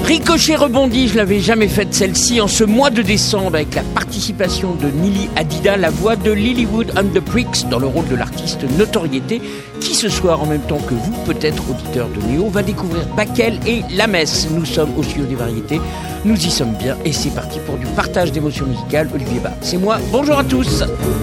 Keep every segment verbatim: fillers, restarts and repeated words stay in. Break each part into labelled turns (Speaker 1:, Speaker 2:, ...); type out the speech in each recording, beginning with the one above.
Speaker 1: Ricochet rebondit, je l'avais jamais faite celle-ci, en ce mois de décembre, avec la participation de Nili Hadida, la voix de Lilywood and the Pricks, dans le rôle de l'artiste Notoriété, qui ce soir, en même temps que vous, peut-être auditeur de Néo, va découvrir Bakel et La Messe. Nous sommes au Studio des Variétés, nous y sommes bien, et c'est parti pour du partage d'émotions musicales. Olivier Bas, c'est moi, bonjour à tous.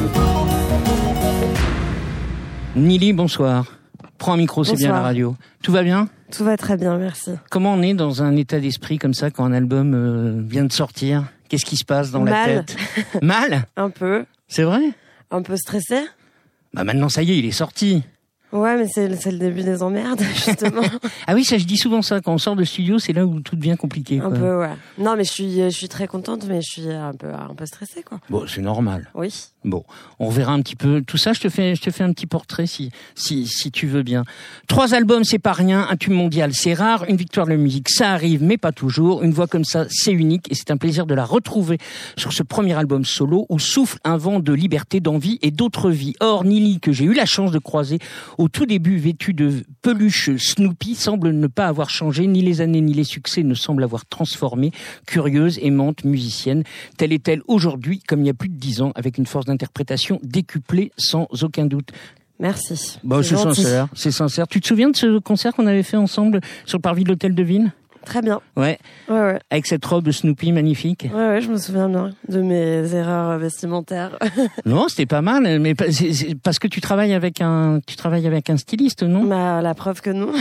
Speaker 1: Nili, bonsoir. Prends un micro, c'est
Speaker 2: Bonsoir.
Speaker 1: bien la radio. Tout va bien ?
Speaker 2: Tout va très bien, merci.
Speaker 1: Comment on est dans un état d'esprit comme ça quand un album euh, vient de sortir ? Qu'est-ce qui se passe dans
Speaker 2: Mal.
Speaker 1: la tête ? Mal ?
Speaker 2: Un peu.
Speaker 1: C'est vrai ?
Speaker 2: Un peu stressé.
Speaker 1: Bah maintenant ça y est, il est sorti.
Speaker 2: Ouais, mais c'est, c'est le début des emmerdes, justement.
Speaker 1: Ah oui, ça je dis souvent ça, quand on sort de studio, c'est là où tout devient compliqué.
Speaker 2: Un
Speaker 1: quoi.
Speaker 2: peu, ouais. Non, mais je suis, je suis très contente, mais je suis un peu, un peu stressée, quoi.
Speaker 1: Bon, c'est normal.
Speaker 2: Oui.
Speaker 1: Bon, on verra un petit peu tout ça. Je te fais, je te fais un petit portrait si, si, si tu veux bien. Trois albums, c'est pas rien. Un tube mondial, c'est rare. Une victoire de la musique, ça arrive, mais pas toujours. Une voix comme ça, c'est unique, et c'est un plaisir de la retrouver sur ce premier album solo où souffle un vent de liberté, d'envie et d'autres vies. Or, Nili, que j'ai eu la chance de croiser au tout début, vêtue de peluche Snoopy, semble ne pas avoir changé. Ni les années, ni les succès ne semblent avoir transformé. Curieuse, aimante, musicienne, telle est-elle aujourd'hui, comme il y a plus de dix ans, avec une force d'interprétation décuplée sans aucun doute.
Speaker 2: Merci.
Speaker 1: Bon, c'est, c'est sincère, c'est sincère. Tu te souviens de ce concert qu'on avait fait ensemble sur le parvis de l'Hôtel de Ville ?
Speaker 2: Très bien.
Speaker 1: Ouais.
Speaker 2: Ouais, ouais.
Speaker 1: Avec cette robe Snoopy magnifique.
Speaker 2: Ouais, ouais, je me souviens bien de mes erreurs vestimentaires.
Speaker 1: Non, c'était pas mal, mais c'est, c'est parce que tu travailles avec un, tu travailles avec un styliste, non ?
Speaker 2: Bah, la preuve que non.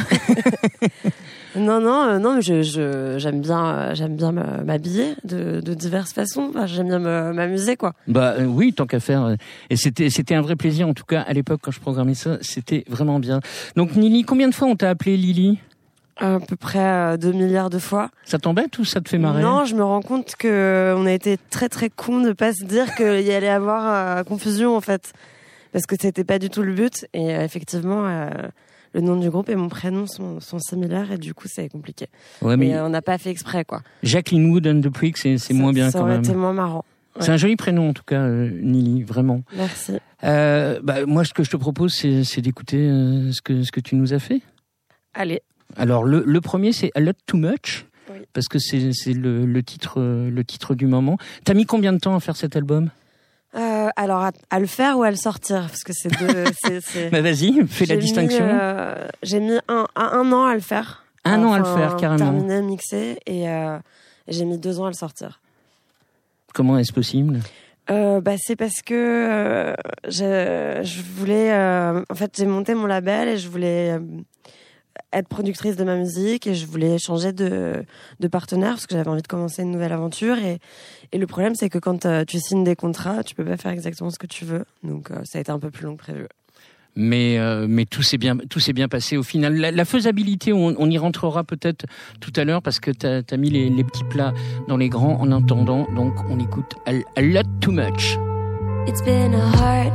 Speaker 2: non, non, euh, non, mais je, je, j'aime bien, euh, j'aime bien m'habiller de, de diverses façons. Enfin, j'aime bien me, m'amuser, quoi.
Speaker 1: Bah euh, oui, tant qu'à faire. Et c'était, c'était un vrai plaisir, en tout cas à l'époque quand je programmais ça, c'était vraiment bien. Donc Nili, combien de fois on t'a appelé Lily ?
Speaker 2: À peu près euh, deux milliards de fois.
Speaker 1: Ça t'embête ou ça te fait marrer ?
Speaker 2: Non, je me rends compte que on a été très très cons de pas se dire qu'il y allait avoir euh, confusion en fait, parce que c'était pas du tout le but. Et euh, effectivement, euh, le nom du groupe et mon prénom sont, sont similaires et du coup c'est compliqué.
Speaker 1: Ouais, mais
Speaker 2: et euh, on n'a pas fait exprès quoi.
Speaker 1: Jacqueline Wood and the Pricks, c'est, c'est
Speaker 2: ça,
Speaker 1: moins bien
Speaker 2: ça
Speaker 1: quand
Speaker 2: aurait
Speaker 1: même.
Speaker 2: été moins marrant. Ouais.
Speaker 1: C'est un joli prénom en tout cas, euh, Nili, vraiment.
Speaker 2: Merci.
Speaker 1: Euh, bah moi, ce que je te propose, c'est, c'est d'écouter euh, ce que ce que tu nous as fait.
Speaker 2: Allez.
Speaker 1: Alors le, le premier c'est A Lot Too Much,
Speaker 2: oui. Parce
Speaker 1: que c'est, c'est le, le titre le titre du moment. T'as mis combien de temps à faire cet album ?
Speaker 2: euh, Alors à, à le faire ou à le sortir parce que c'est deux. c'est, c'est...
Speaker 1: Bah vas-y, fais
Speaker 2: j'ai
Speaker 1: la distinction.
Speaker 2: Mis, euh, j'ai mis un, un an à le faire.
Speaker 1: Un
Speaker 2: enfin,
Speaker 1: an à le faire carrément.
Speaker 2: Terminé, mixé et euh, j'ai mis deux ans à le sortir.
Speaker 1: Comment est-ce possible ?
Speaker 2: Euh, bah c'est parce que euh, je, je voulais euh, en fait j'ai monté mon label et je voulais euh, être productrice de ma musique et je voulais changer de de partenaire parce que j'avais envie de commencer une nouvelle aventure et et le problème c'est que quand euh, tu signes des contrats tu peux pas faire exactement ce que tu veux donc euh, ça a été un peu plus long que prévu.
Speaker 1: Mais euh, mais tout s'est bien tout s'est bien passé au final. La, la faisabilité, on, on y rentrera peut-être tout à l'heure parce que t'as t'as mis les, les petits plats dans les grands en attendant. Donc on écoute A, a Lot Too Much.
Speaker 3: It's been a hard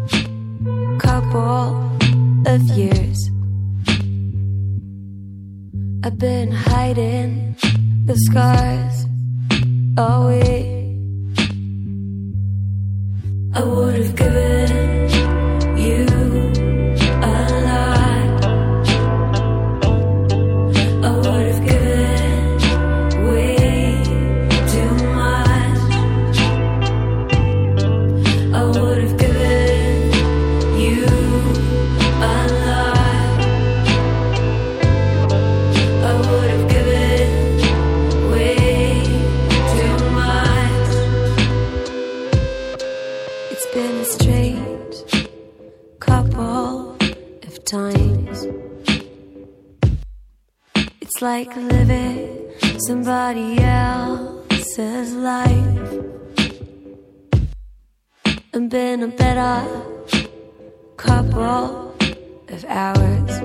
Speaker 3: couple of years. I've been hiding the scars away. I would have given you a lot. I would have given way too much. I would have given you a lot. I would have given way too much. It's been a strange couple of times. It's like living somebody else's life and been a better couple of hours.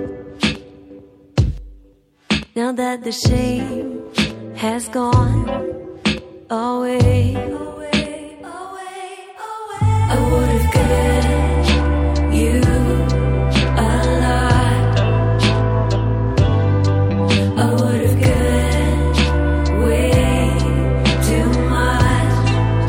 Speaker 3: Now that the shame has gone away, away, away, away. I would have given you a lot. I would have given way too much.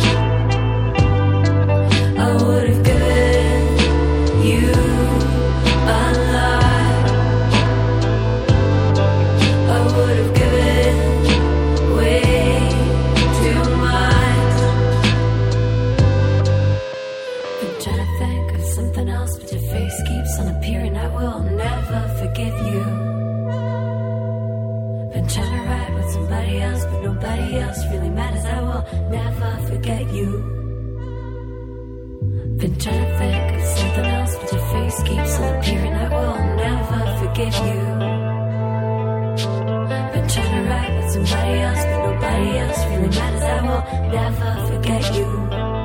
Speaker 3: I would have given you a lot. I would have given forgive you. Been trying to ride with somebody else, but nobody else really matters. I will never forget you. Been trying to think of something else, but your face keeps on appearing. I will never forgive you. Been trying to ride with somebody else, but nobody else really matters. I will never forget you.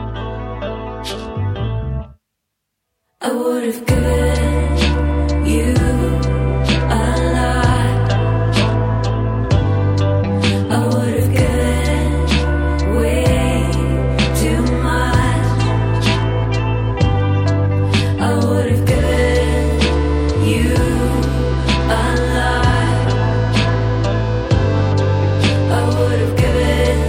Speaker 3: I would have given you a lot. I would have given way too much. I would have given you a lot. I would have given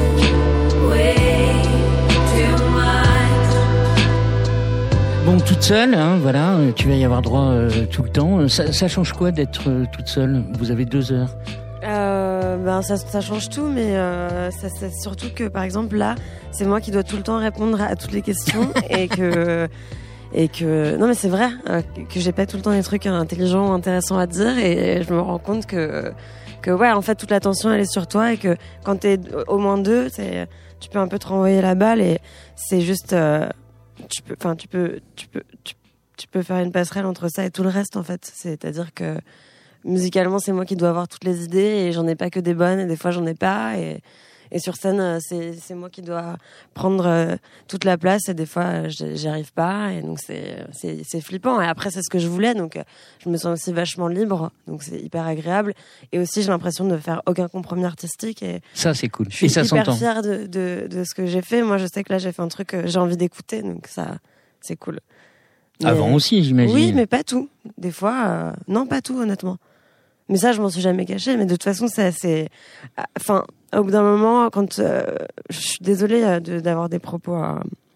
Speaker 3: way too much.
Speaker 1: Bon, toute seule, hein, voilà, tu vas y avoir droit euh, tout le temps. Ça, ça change quoi d'être euh, toute seule? Vous avez deux heures.
Speaker 2: Euh, ben ça, ça change tout, mais euh, ça, c'est surtout que par exemple là, c'est moi qui dois tout le temps répondre à toutes les questions et que et que non mais c'est vrai euh, que j'ai pas tout le temps des trucs intelligents, intéressants à dire et je me rends compte que que ouais en fait toute l'attention elle est sur toi et que quand t'es au moins deux, c'est tu peux un peu te renvoyer la balle et c'est juste euh, tu peux enfin tu peux tu peux tu, tu peux faire une passerelle entre ça et tout le reste en fait, c'est-à-dire que musicalement, c'est moi qui dois avoir toutes les idées et j'en ai pas que des bonnes et des fois j'en ai pas et, et sur scène, c'est, c'est moi qui dois prendre euh, toute la place et des fois j'y arrive pas et donc c'est, c'est, c'est flippant et après c'est ce que je voulais donc je me sens aussi vachement libre donc c'est hyper agréable et aussi j'ai l'impression de faire aucun compromis artistique et
Speaker 1: ça c'est cool
Speaker 2: je suis
Speaker 1: et ça
Speaker 2: hyper
Speaker 1: s'entend.
Speaker 2: fière de, de, de ce que j'ai fait. Moi je sais que là j'ai fait un truc que j'ai envie d'écouter donc ça c'est cool. Mais,
Speaker 1: Avant aussi j'imagine.
Speaker 2: Oui mais pas tout. Des fois euh, non pas tout honnêtement. Mais ça, je m'en suis jamais cachée. Mais de toute façon, c'est assez. Enfin, au bout d'un moment, quand euh, je suis désolée de, d'avoir des propos euh,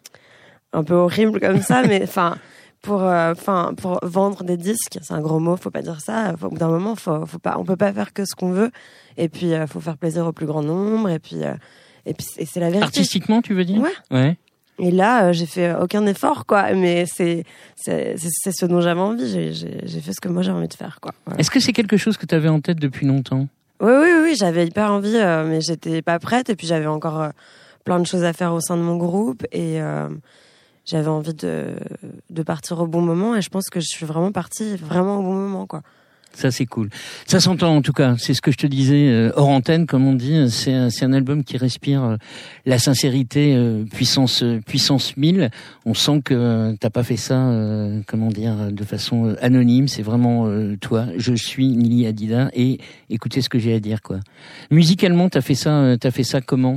Speaker 2: un peu horribles comme ça, mais enfin, pour, enfin, euh, pour vendre des disques, c'est un gros mot, faut pas dire ça. Au bout d'un moment, faut, faut pas, on peut pas faire que ce qu'on veut. Et puis, euh, faut faire plaisir au plus grand nombre. Et puis, euh, et puis, et c'est la vérité.
Speaker 1: Artistiquement, tu veux dire?
Speaker 2: Ouais.
Speaker 1: Ouais.
Speaker 2: Et là, euh, j'ai fait aucun effort, quoi. Mais c'est, c'est, c'est, c'est ce dont j'avais envie. J'ai, j'ai, j'ai fait ce que moi j'ai envie de faire, quoi. Voilà.
Speaker 1: Est-ce que c'est quelque chose que tu avais en tête depuis longtemps?
Speaker 2: Oui, oui, oui, j'avais hyper envie, euh, mais j'étais pas prête. Et puis j'avais encore euh, plein de choses à faire au sein de mon groupe. Et euh, j'avais envie de, de partir au bon moment. Et je pense que je suis vraiment partie vraiment au bon moment, quoi.
Speaker 1: Ça c'est cool. Ça s'entend en tout cas. C'est ce que je te disais euh, hors antenne, comme on dit. C'est, c'est un album qui respire euh, la sincérité, euh, puissance euh, puissance mille. On sent que euh, t'as pas fait ça, euh, comment dire, de façon euh, anonyme. C'est vraiment euh, toi. Je suis Nili Hadida et écoutez ce que j'ai à dire, quoi. Musicalement, t'as fait ça, euh, t'as fait ça comment?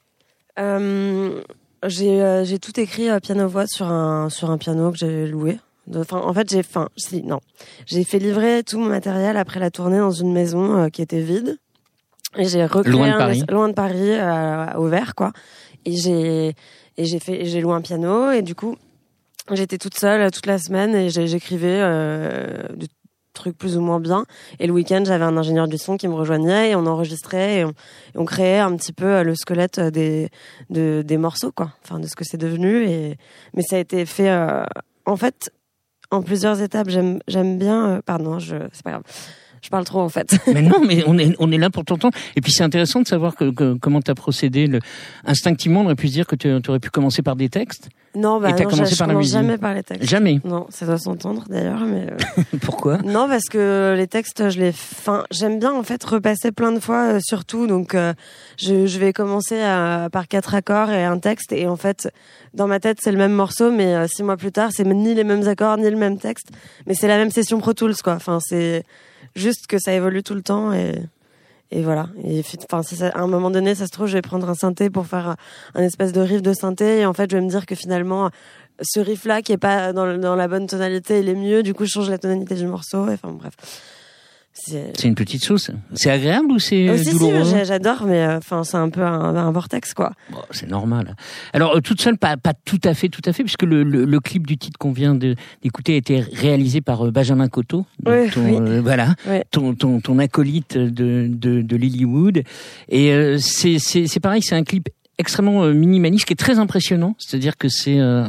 Speaker 2: euh, J'ai euh, j'ai tout écrit euh, piano voix sur un sur un piano que j'ai loué. Enfin, en fait, j'ai, enfin, si, non, j'ai fait livrer tout mon matériel après la tournée dans une maison euh, qui était vide. Et j'ai recréé
Speaker 1: loin de
Speaker 2: un,
Speaker 1: Paris,
Speaker 2: loin de Paris, euh, au vert, quoi. Et j'ai, et j'ai fait, j'ai loué un piano et du coup, j'étais toute seule toute la semaine et j'ai, j'écrivais euh, des trucs plus ou moins bien. Et le week-end, j'avais un ingénieur du son qui me rejoignait et on enregistrait et on, et on créait un petit peu le squelette des, de, des morceaux, quoi. Enfin, de ce que c'est devenu. Et mais ça a été fait, euh, en fait. En plusieurs étapes, j'aime j'aime bien. Euh, pardon, je c'est pas grave. Je parle trop en fait.
Speaker 1: Mais non, mais on est on est là pour t'entendre. Et puis c'est intéressant de savoir que, que comment t'as procédé. Le, instinctivement, on aurait pu se dire que tu aurais pu commencer par des textes.
Speaker 2: Non, bah
Speaker 1: et t'as
Speaker 2: non,
Speaker 1: commencé
Speaker 2: je
Speaker 1: par la
Speaker 2: commence
Speaker 1: musique.
Speaker 2: jamais par les textes.
Speaker 1: Jamais.
Speaker 2: Non, ça doit s'entendre d'ailleurs, mais. Euh...
Speaker 1: Pourquoi?
Speaker 2: Non, parce que les textes, je les. Enfin, j'aime bien en fait repasser plein de fois, euh, surtout. Donc, euh, je je vais commencer à, par quatre accords et un texte, et en fait, dans ma tête, c'est le même morceau, mais euh, six mois plus tard, c'est ni les mêmes accords ni le même texte, mais c'est la même session Pro Tools, quoi. Enfin, c'est juste que ça évolue tout le temps et. Et voilà. Et enfin, si ça, à un moment donné, ça se trouve, je vais prendre un synthé pour faire un espèce de riff de synthé. Et en fait, je vais me dire que finalement, ce riff-là, qui est pas dans, dans la bonne tonalité, il est mieux. Du coup, je change la tonalité du morceau. Et enfin, bref.
Speaker 1: C'est, c'est une petite sauce. C'est agréable ou c'est
Speaker 2: aussi,
Speaker 1: douloureux?
Speaker 2: Si, j'adore, mais enfin, c'est un peu un, un vortex, quoi.
Speaker 1: Bon, c'est normal. Alors, euh, toute seule, pas, pas tout à fait, tout à fait, puisque le, le, le clip du titre qu'on vient de, d'écouter a été réalisé par euh, Benjamin Coteau,
Speaker 2: oui,
Speaker 1: ton,
Speaker 2: oui.
Speaker 1: Euh, voilà,
Speaker 2: oui.
Speaker 1: ton, ton, ton acolyte de, de, de Lilywood. Et euh, c'est, c'est, c'est pareil, c'est un clip extrêmement euh, minimaliste, qui est très impressionnant. C'est-à-dire que c'est euh, un,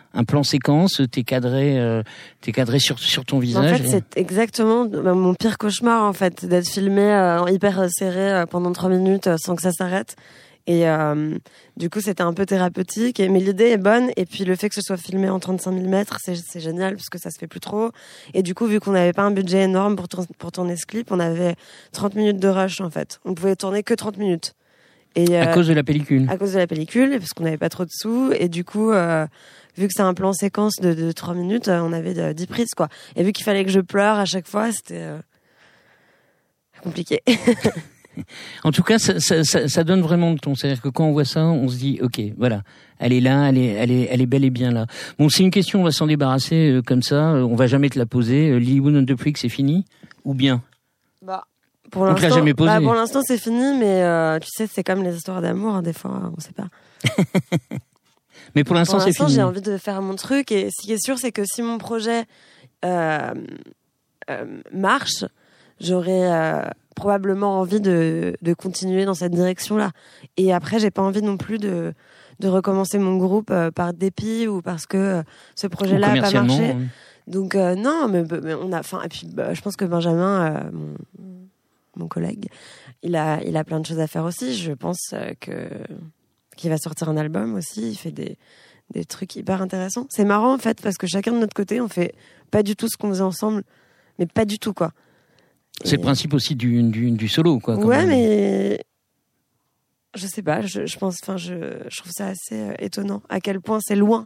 Speaker 1: Un plan séquence, t'es cadré, euh, t'es cadré sur sur ton visage.
Speaker 2: En fait, c'est exactement mon pire cauchemar, en fait, d'être filmé euh, hyper serré euh, pendant trois minutes euh, sans que ça s'arrête. Et euh, du coup, c'était un peu thérapeutique. Et, mais l'idée est bonne. Et puis, le fait que ce soit filmé en trente-cinq millimètres, c'est, c'est génial parce que ça se fait plus trop. Et du coup, vu qu'on n'avait pas un budget énorme pour, tour- pour tourner ce clip, on avait trente minutes de rush, en fait. On pouvait tourner que trente minutes. Et, euh,
Speaker 1: à cause de la pellicule.
Speaker 2: À cause de la pellicule, parce qu'on n'avait pas trop de sous. Et du coup, euh, vu que c'est un plan séquence de, de trois minutes, on avait euh, dix prises, quoi. Et vu qu'il fallait que je pleure à chaque fois, c'était euh, compliqué.
Speaker 1: En tout cas, ça, ça, ça, ça donne vraiment le ton. C'est-à-dire que quand on voit ça, on se dit, ok, voilà, elle est là, elle est, elle est, elle est bel et bien là. Bon, c'est une question, on va s'en débarrasser euh, comme ça. Euh, on va jamais te la poser. Euh, Lilywood and the Freak, c'est fini ou bien?
Speaker 2: Bah, pour
Speaker 1: on
Speaker 2: l'instant,
Speaker 1: te l'a jamais posé.
Speaker 2: Bah, pour l'instant, c'est fini, mais euh, tu sais, c'est comme les histoires d'amour. Hein, des fois, on sait pas.
Speaker 1: Mais pour l'instant,
Speaker 2: pour
Speaker 1: c'est
Speaker 2: l'instant,
Speaker 1: fini.
Speaker 2: J'ai envie de faire mon truc, et ce qui est sûr, c'est que si mon projet euh, euh, marche, j'aurais euh, probablement envie de, de continuer dans cette direction-là. Et après, j'ai pas envie non plus de, de recommencer mon groupe euh, par dépit ou parce que euh, ce projet-là n'a pas marché.
Speaker 1: Ouais.
Speaker 2: Donc euh, non, mais, mais on a, enfin, et puis bah, je pense que Benjamin, euh, mon, mon collègue, il a, il a plein de choses à faire aussi. Je pense euh, que qu'il va sortir un album aussi. Il fait des des trucs hyper intéressants. C'est marrant en fait parce que chacun de notre côté, on fait pas du tout ce qu'on faisait ensemble, mais pas du tout quoi.
Speaker 1: C'est et... le principe aussi du, du, du solo, quoi.
Speaker 2: Ouais, même. Mais je sais pas. Je, je pense, enfin, je, je trouve ça assez euh, étonnant à quel point c'est loin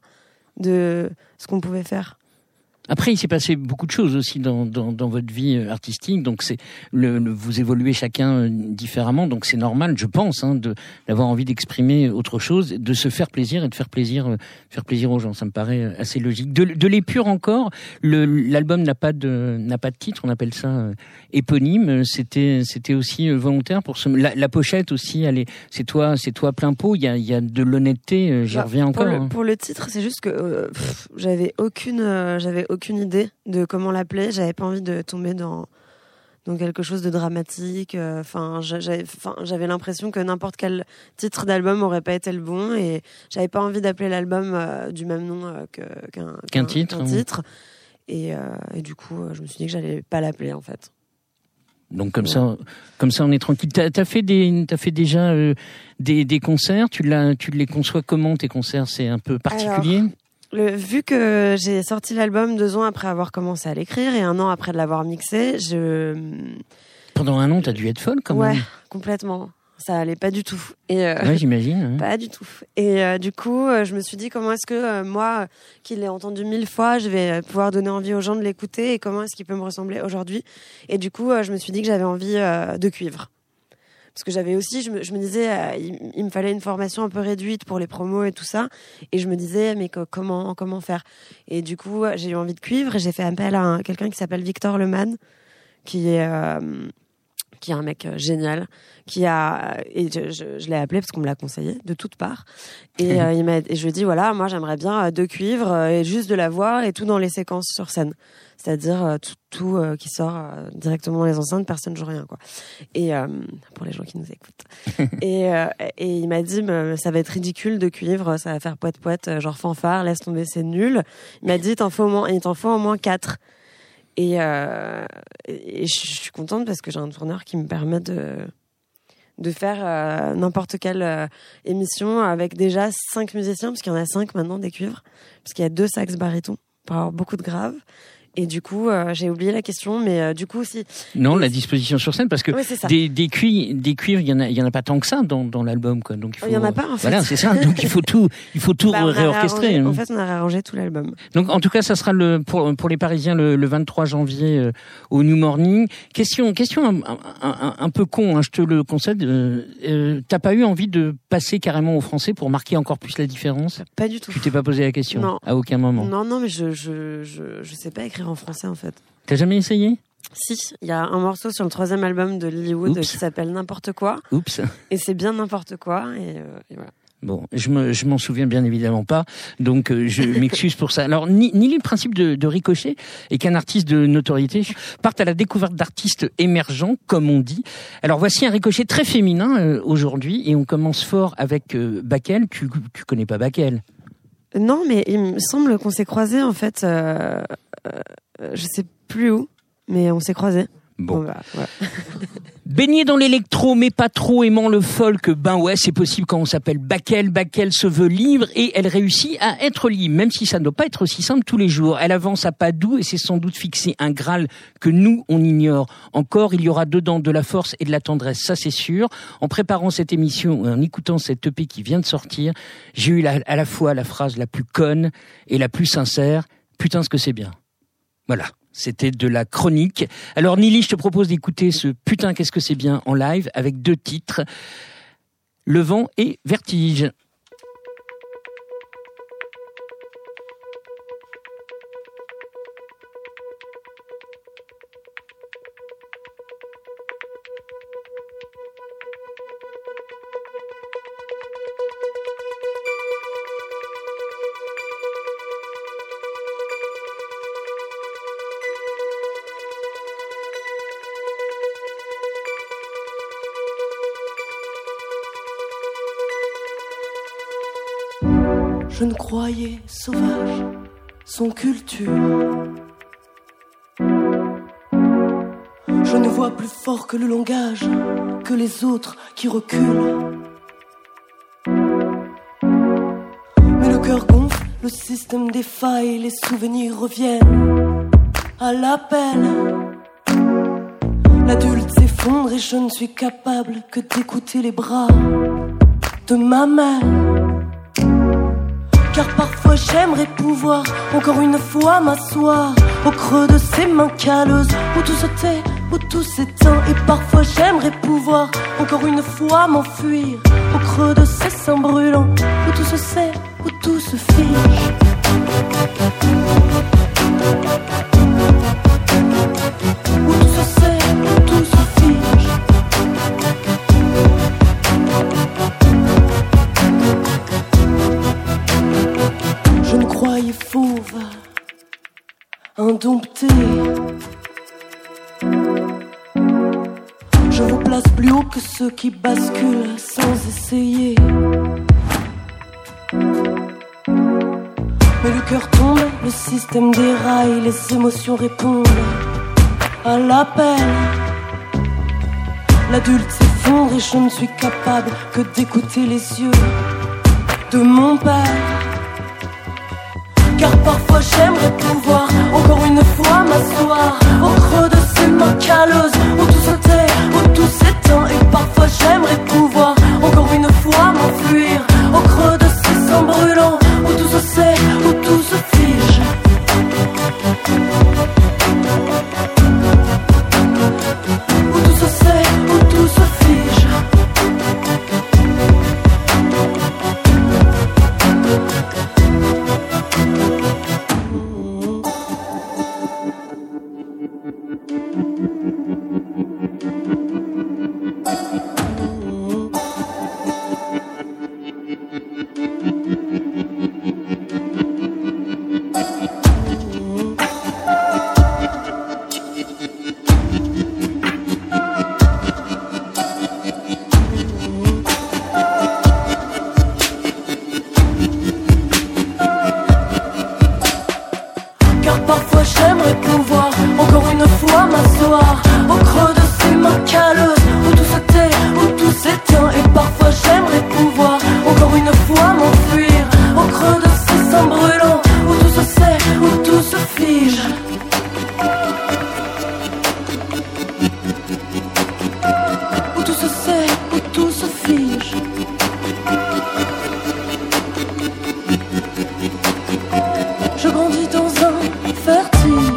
Speaker 2: de ce qu'on pouvait faire.
Speaker 1: Après, il s'est passé beaucoup de choses aussi dans, dans, dans votre vie artistique. Donc, c'est le, le vous évoluez chacun différemment. Donc, c'est normal, je pense, hein, de d'avoir envie d'exprimer autre chose, de se faire plaisir et de faire plaisir, de faire plaisir aux gens. Ça me paraît assez logique. De, de l'épure encore, le, l'album n'a pas de n'a pas de titre. On appelle ça euh, éponyme. C'était c'était aussi volontaire pour ce. La, la pochette aussi, elle est. C'est toi, c'est toi plein pot. Il y a il y a de l'honnêteté. J'y bah, reviens encore.
Speaker 2: Pour le,
Speaker 1: hein.
Speaker 2: pour le titre, c'est juste que euh, pff, j'avais aucune euh, j'avais aucune idée de comment l'appeler. J'avais pas envie de tomber dans dans quelque chose de dramatique. Enfin, euh, j'avais, enfin, j'avais l'impression que n'importe quel titre d'album aurait pas été le bon, et j'avais pas envie d'appeler l'album euh, du même nom euh, que, qu'un,
Speaker 1: qu'un, qu'un titre.
Speaker 2: Qu'un titre. Et, euh, et du coup, je me suis dit que j'allais pas l'appeler en fait.
Speaker 1: Donc comme ouais. ça, comme ça, on est tranquille. T'as, t'as fait des, t'as fait déjà euh, des, des concerts. Tu l'as, tu les conçois comment tes concerts? C'est un peu particulier.
Speaker 2: Alors, Le, vu que j'ai sorti l'album deux ans après avoir commencé à l'écrire et un an après de l'avoir mixé, je...
Speaker 1: Pendant un an, t'as dû être folle quand
Speaker 2: ouais,
Speaker 1: même.
Speaker 2: Ouais, complètement. Ça allait pas du tout. Et euh,
Speaker 1: ouais, j'imagine. Hein.
Speaker 2: Pas du tout. Et euh, du coup, euh, je me suis dit comment est-ce que euh, moi, qui l'ai entendu mille fois, je vais pouvoir donner envie aux gens de l'écouter, et comment est-ce qu'il peut me ressembler aujourd'hui. Et du coup, euh, je me suis dit que j'avais envie euh, de cuivre. Parce que j'avais aussi, je me, je me disais, euh, il, il me fallait une formation un peu réduite pour les promos et tout ça. Et je me disais, mais que, comment, comment faire? Et du coup, j'ai eu envie de cuivre, et j'ai fait appel à un, quelqu'un qui s'appelle Victor Leman, qui est, euh, qui est un mec génial, qui a, et je, je, je l'ai appelé parce qu'on me l'a conseillé de toutes parts. Et, euh, il m'a, et je lui ai dit, voilà, moi, j'aimerais bien deux cuivres et juste de la voix, et tout dans les séquences sur scène. C'est-à-dire euh, tout, tout euh, qui sort euh, directement dans les enceintes, personne joue rien, quoi. Et euh, pour les gens qui nous écoutent. et, euh, et il m'a dit, ça va être ridicule de cuivre, ça va faire poète poète, genre fanfare, laisse tomber, c'est nul. Il m'a dit, il t'en faut au moins, il t'en faut au moins quatre. Et, euh, et je suis contente parce que j'ai un tourneur qui me permet de de faire euh, n'importe quelle euh, émission avec déjà cinq musiciens, parce qu'il y en a cinq maintenant des cuivres, parce qu'il y a deux sax barytons pour avoir beaucoup de graves. Et du coup, euh, j'ai oublié la question, mais euh, du coup aussi.
Speaker 1: Non,
Speaker 2: et...
Speaker 1: la disposition sur scène, parce que
Speaker 2: oui,
Speaker 1: des des cuivres, des cuivres, il y en a, il y en a pas tant que ça dans dans l'album, quoi. Donc il faut.
Speaker 2: Il y en a pas en fait.
Speaker 1: Voilà, c'est ça. Donc il faut tout, il faut tout bah, réorchestrer.
Speaker 2: Hein. En fait, on a réarrangé tout l'album.
Speaker 1: Donc en tout cas, ça sera le pour pour les Parisiens le, le vingt-trois janvier euh, au New Morning. Question question un, un, un, un peu con, hein, je te le concède. Euh, euh, t'as pas eu envie de passer carrément au français pour marquer encore plus la différence?
Speaker 2: Pas du tout.
Speaker 1: Tu t'es pas posé la question?
Speaker 2: Non.
Speaker 1: À aucun moment.
Speaker 2: Non, non, mais je je je je sais pas écrire en français en fait.
Speaker 1: T'as jamais essayé?
Speaker 2: Si, il y a un morceau sur le troisième album de Lilywood qui s'appelle N'importe quoi.
Speaker 1: Oups.
Speaker 2: Et c'est bien n'importe quoi, et, euh, et voilà.
Speaker 1: Bon, je, me, je m'en souviens bien évidemment pas, donc euh, je m'excuse pour ça. Alors, ni, ni le principe de, de Ricochet et qu'un artiste de notoriété parte à la découverte d'artistes émergents, comme on dit. Alors, voici un Ricochet très féminin euh, aujourd'hui, et on commence fort avec euh, Bakel. Tu, tu connais pas Bakel?
Speaker 2: Non, mais il me semble qu'on s'est croisés, en fait. Euh, euh, je sais plus où, mais on s'est croisés.
Speaker 1: Bon.
Speaker 2: Bon bah, voilà.
Speaker 1: Baigné dans l'électro, mais pas trop aimant le folk, ben ouais, c'est possible quand on s'appelle Bakel. Bakel se veut libre et elle réussit à être libre, même si ça ne doit pas être aussi simple tous les jours. Elle avance à pas doux et c'est sans doute fixer un Graal que nous, on ignore. Encore, il y aura dedans de la force et de la tendresse, ça c'est sûr. En préparant cette émission et en écoutant cette E P qui vient de sortir, j'ai eu la, à la fois la phrase la plus conne et la plus sincère. Putain, ce que c'est bien. Voilà. C'était de la chronique. Alors Nili, je te propose d'écouter ce putain qu'est-ce que c'est bien en live avec deux titres, Le vent et Vertige.
Speaker 4: Je ne croyais sauvage, sans culture. Je ne vois plus fort que le langage, que les autres qui reculent. Mais le cœur gonfle, le système défaille, les souvenirs reviennent à l'appel. L'adulte s'effondre et je ne suis capable que d'écouter les bras de ma mère. Car parfois j'aimerais pouvoir encore une fois m'asseoir au creux de ses mains calleuses où tout se tait, où tout s'éteint. Et parfois j'aimerais pouvoir encore une fois m'enfuir au creux de ses seins brûlants où tout se sait, où tout se fige. Où tout se sait, où tout se fige. Je me croyais fauve, indompté. Je vous place plus haut que ceux qui basculent sans essayer. Mais le cœur tombe, le système déraille, les émotions répondent à l'appel. L'adulte s'effondre et je ne suis capable que d'écouter les yeux de mon père. Car parfois j'aimerais pouvoir encore une fois m'asseoir au creux de ces mains calleuses où tout se tait, où tout s'éteint. Et parfois j'aimerais pouvoir encore une fois m'enfuir au creux de ces seins brûlants où tout se sait, où tout se fige. Où tout se sait, où tout se fige. Car parfois j'aimerais pouvoir encore une fois m'asseoir au creux de ces mains calleuses où tout se tait, où tout s'éteint. Et parfois j'aimerais pouvoir encore une fois m'enfuir au creux de ces seins brûlants où tout se sait, où tout se fige. Où tout se sait, où tout se fige. Je grandis dans un vertige.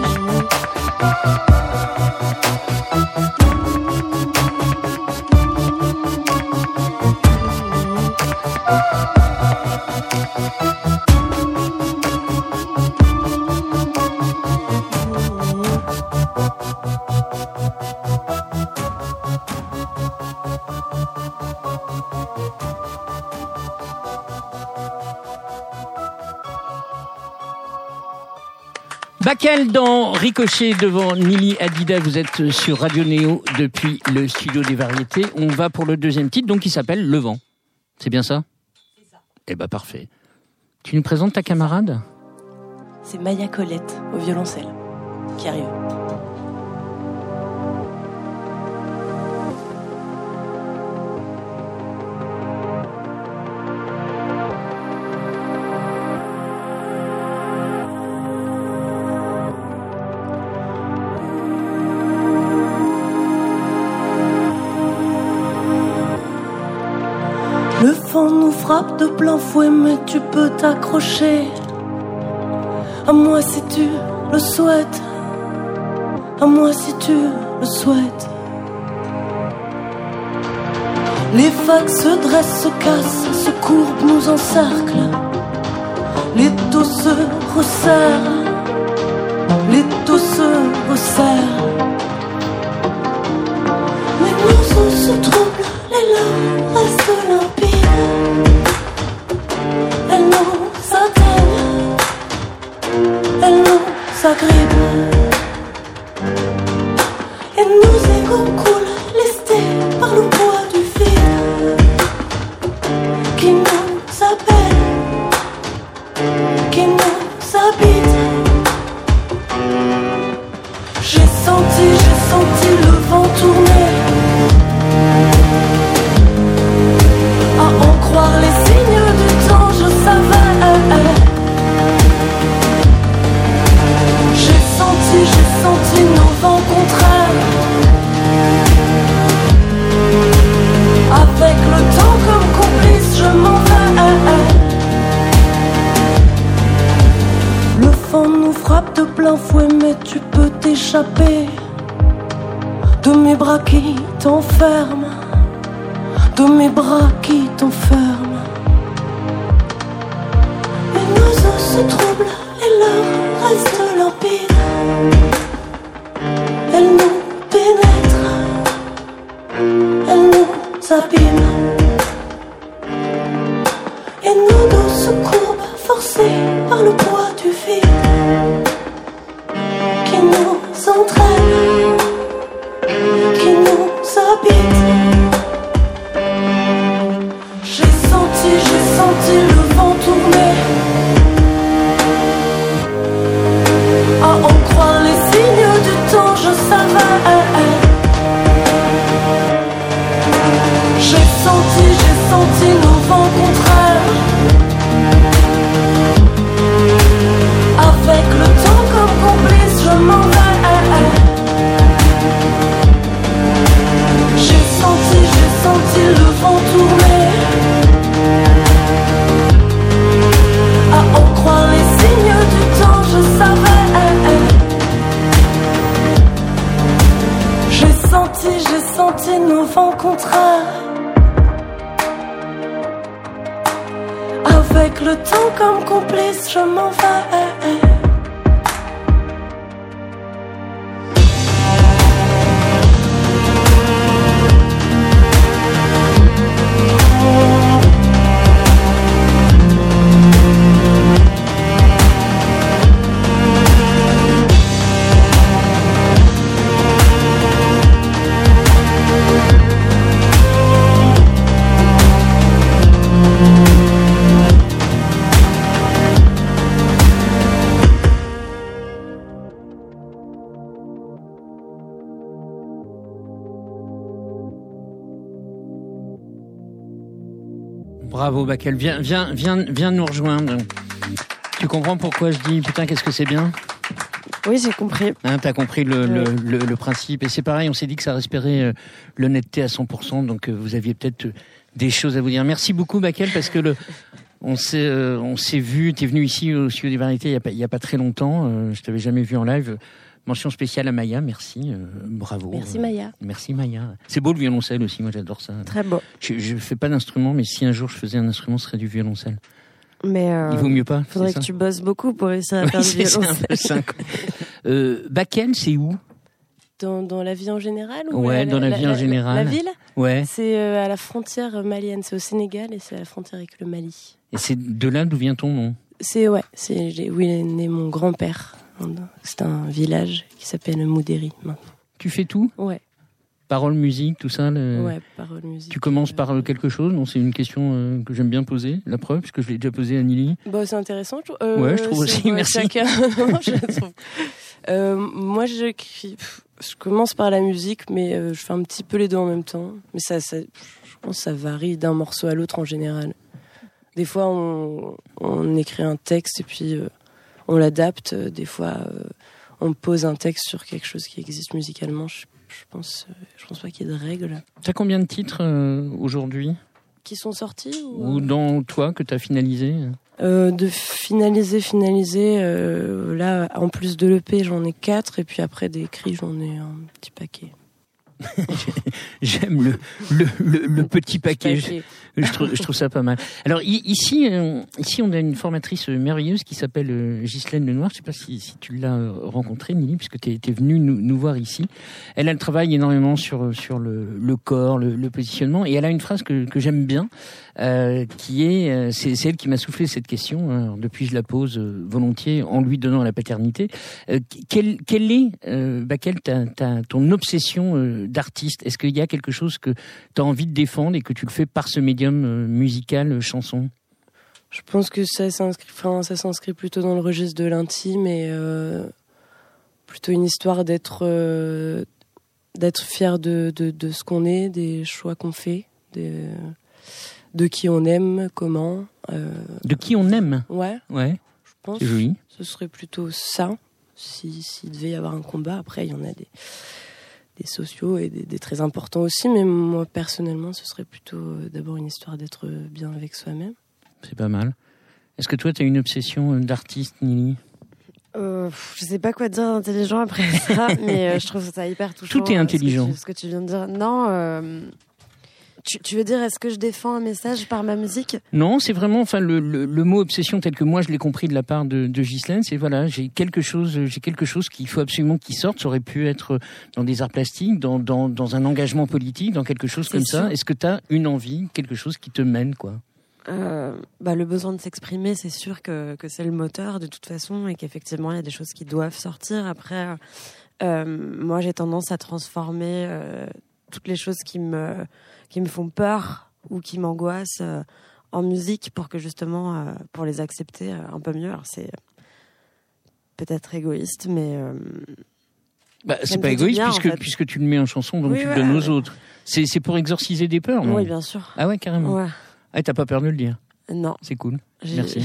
Speaker 1: Bakel dans Ricochet devant Nili Hadida. Vous êtes sur Radio Néo depuis le studio des variétés. On va pour le deuxième titre, donc qui s'appelle Le Vent. C'est bien ça? C'est ça. Eh ben parfait. Tu nous présentes ta camarade ?
Speaker 4: C'est Maya Colette au violoncelle qui arrive. Le vent nous frappe de plein fouet, mais tu peux t'accrocher à moi si tu le souhaites, à moi si tu le souhaites. Les vagues se dressent, se cassent, se courbent, nous encerclent. Les taux se resserrent, les taux se resserrent. Mais nos eaux se troublent, les larmes restent limpides. Elles nous atteignent, elles nous agrippent. Et nos égos coulent, lestés par le poids du vide qui nous appelle, qui nous habite. J'ai senti, j'ai senti le vent tourner, à en croire les signes du temps, je savais. J'ai senti, j'ai senti nos vents contraires, avec le temps comme complice, je m'en vais. Le vent nous frappe de plein fouet, mais tu peux t'échapper de mes bras qui t'enferment, de mes bras qui t'enferment. Mais nos eaux se troublent et l'heure reste limpide. Elle nous pénètre, elle nous abîme. Et nos dos se courbent, forcés par le poids du vide qui nous entraîne, qui nous habite. J'ai senti, j'ai senti le vent tourner, à en croire les signes du temps, je savais. J'ai senti, j'ai senti nos vents contraires, avec le temps comme complice, je m'en vais. J'ai senti, j'ai senti le vent tourner, à en croire les signes du temps, je savais. J'ai senti, j'ai senti nos vents contraires, avec le temps comme complice, je m'en vais.
Speaker 1: Bravo Bakel, viens, viens, viens, viens nous rejoindre. Tu comprends pourquoi je dis putain qu'est-ce que c'est bien ?
Speaker 2: Oui, j'ai compris.
Speaker 1: Hein, t'as compris le,
Speaker 2: Oui.
Speaker 1: le, le, le principe. Et c'est pareil, on s'est dit que ça respirait euh, l'honnêteté à cent pour cent, donc euh, vous aviez peut-être euh, des choses à vous dire. Merci beaucoup Bakel, parce que le, on s'est, euh, on s'est vu, t'es venu ici au Studio des Variétés il y a pas, il y a pas très longtemps, euh, je t'avais jamais vu en live. Mention spéciale à Maya, merci, euh, bravo.
Speaker 2: Merci Maya.
Speaker 1: Merci Maya. C'est beau le violoncelle aussi, moi j'adore ça.
Speaker 2: Très beau.
Speaker 1: Je, je fais pas d'instrument, mais si un jour je faisais un instrument, ce serait du violoncelle.
Speaker 2: Mais euh,
Speaker 1: il vaut mieux pas.
Speaker 2: Faudrait
Speaker 1: c'est
Speaker 2: que
Speaker 1: ça
Speaker 2: tu bosses beaucoup pour réussir à
Speaker 1: Oui,
Speaker 2: faire du
Speaker 1: c'est, c'est un peu
Speaker 2: violoncelle.
Speaker 1: ça. euh, Bakel, c'est où ?
Speaker 4: Dans, dans la vie en général ou
Speaker 1: Ouais,
Speaker 4: la,
Speaker 1: dans la, la vie en général.
Speaker 4: La ville ?
Speaker 1: Ouais.
Speaker 4: C'est euh, à la frontière malienne. C'est au Sénégal et c'est à la frontière avec le Mali.
Speaker 1: Et c'est de là d'où vient ton nom ?
Speaker 4: C'est ouais, c'est j'ai- où est né mon grand-père. C'est un village qui s'appelle Moudéri maintenant.
Speaker 1: Tu fais tout ?
Speaker 4: Ouais.
Speaker 1: Paroles, musique, tout ça. Le...
Speaker 5: Ouais, paroles, musique.
Speaker 1: Tu commences par
Speaker 5: euh...
Speaker 1: quelque chose? Non, c'est une question euh, que j'aime bien poser. La preuve, puisque je l'ai déjà posée à Nili.
Speaker 5: Bah, c'est intéressant. Je... Euh,
Speaker 1: ouais, je trouve aussi.
Speaker 5: Ouais,
Speaker 1: merci.
Speaker 5: Chacun... non, je trouve... euh, moi, j'écris. Je commence par la musique, mais euh, je fais un petit peu les deux en même temps. Mais ça, ça, je pense, que ça varie d'un morceau à l'autre en général. Des fois, on, on écrit un texte et puis euh, on l'adapte. Des fois, euh, on pose un texte sur quelque chose qui existe musicalement. Je, je pense, je pense pas qu'il y ait de règles.
Speaker 1: T'as combien de titres euh, aujourd'hui?
Speaker 5: Qui sont sortis ou,
Speaker 1: ou dans toi que t'as finalisé?
Speaker 5: euh, De finaliser, finaliser. Euh, là, en plus de l'E P, j'en ai quatre et puis après d'écrits, j'en ai un petit paquet.
Speaker 1: J'aime le, le, le, le petit paquet.
Speaker 5: paquet.
Speaker 1: Je, je, trouve, je trouve ça pas mal. Alors ici, euh, ici, on a une formatrice merveilleuse qui s'appelle euh, Ghislaine Lenoir. Je sais pas si, si tu l'as rencontrée, Nili, puisque tu es venue nous, nous voir ici. Elle, elle travaille énormément sur sur le, le corps, le, le positionnement, et elle a une phrase que, que j'aime bien, euh, qui est, euh, c'est, c'est elle qui m'a soufflé cette question. Alors, depuis, je la pose euh, volontiers en lui donnant la paternité. Euh, quelle, quelle est, euh, Bakel, ta, ta, ton obsession euh, d'artiste? Est-ce qu'il y a quelque chose que tu as envie de défendre et que tu le fais par ce médium euh, musical, euh, chanson?
Speaker 5: Je pense que ça s'inscrit, enfin, ça s'inscrit plutôt dans le registre de l'intime et euh, plutôt une histoire d'être, euh, d'être fier de, de, de ce qu'on est, des choix qu'on fait, des, de qui on aime, comment. Euh,
Speaker 1: de qui on aime?
Speaker 5: Ouais.
Speaker 1: Ouais.
Speaker 5: Je pense.
Speaker 1: C'est joli.
Speaker 5: Ce serait plutôt ça. Si, s'il devait y avoir un combat, après il y en a des. des sociaux et des, des très importants aussi, mais moi personnellement ce serait plutôt euh, d'abord une histoire d'être bien avec soi-même.
Speaker 1: C'est pas mal. Est-ce que toi tu as une obsession d'artiste, Nili?
Speaker 2: euh, Je sais pas quoi dire d'intelligent après ça, mais euh, je trouve ça hyper touchant.
Speaker 1: Tout est intelligent.
Speaker 2: Ce que tu, ce que tu viens de dire. Non, euh, tu, tu veux dire est-ce que je défends un message par ma musique?
Speaker 1: Non, c'est vraiment, enfin, le, le, le mot obsession tel que moi je l'ai compris de la part de, de Ghislaine, c'est voilà, j'ai quelque chose, j'ai quelque chose qu'il faut absolument qu'il sorte. Ça aurait pu être dans des arts plastiques, dans dans, dans un engagement politique, dans quelque chose
Speaker 2: C'est
Speaker 1: comme
Speaker 2: sûr.
Speaker 1: ça. Est-ce que tu as une envie, quelque chose qui te mène, quoi?
Speaker 2: Euh, bah, le besoin de s'exprimer, c'est sûr que, que c'est le moteur de toute façon et qu'effectivement il y a des choses qui doivent sortir. Après, euh, moi j'ai tendance à transformer euh, toutes les choses qui me, qui me font peur ou qui m'angoissent euh, en musique pour que justement, euh, pour les accepter euh, un peu mieux. Alors c'est peut-être égoïste, mais... Euh,
Speaker 1: Bah,
Speaker 2: ça
Speaker 1: c'est
Speaker 2: me
Speaker 1: pas
Speaker 2: fait du
Speaker 1: égoïste
Speaker 2: bien, en
Speaker 1: puisque
Speaker 2: fait.
Speaker 1: puisque tu le mets en chanson, donc
Speaker 2: Oui,
Speaker 1: tu le
Speaker 2: ouais,
Speaker 1: donnes aux
Speaker 2: ouais.
Speaker 1: autres. C'est c'est pour exorciser des peurs, non?
Speaker 2: oui, bien sûr.
Speaker 1: Ah ouais, carrément.
Speaker 2: Ouais.
Speaker 1: Ah, t'as pas peur de le dire?
Speaker 2: Non.
Speaker 1: C'est cool.
Speaker 2: J'ai-
Speaker 1: Merci.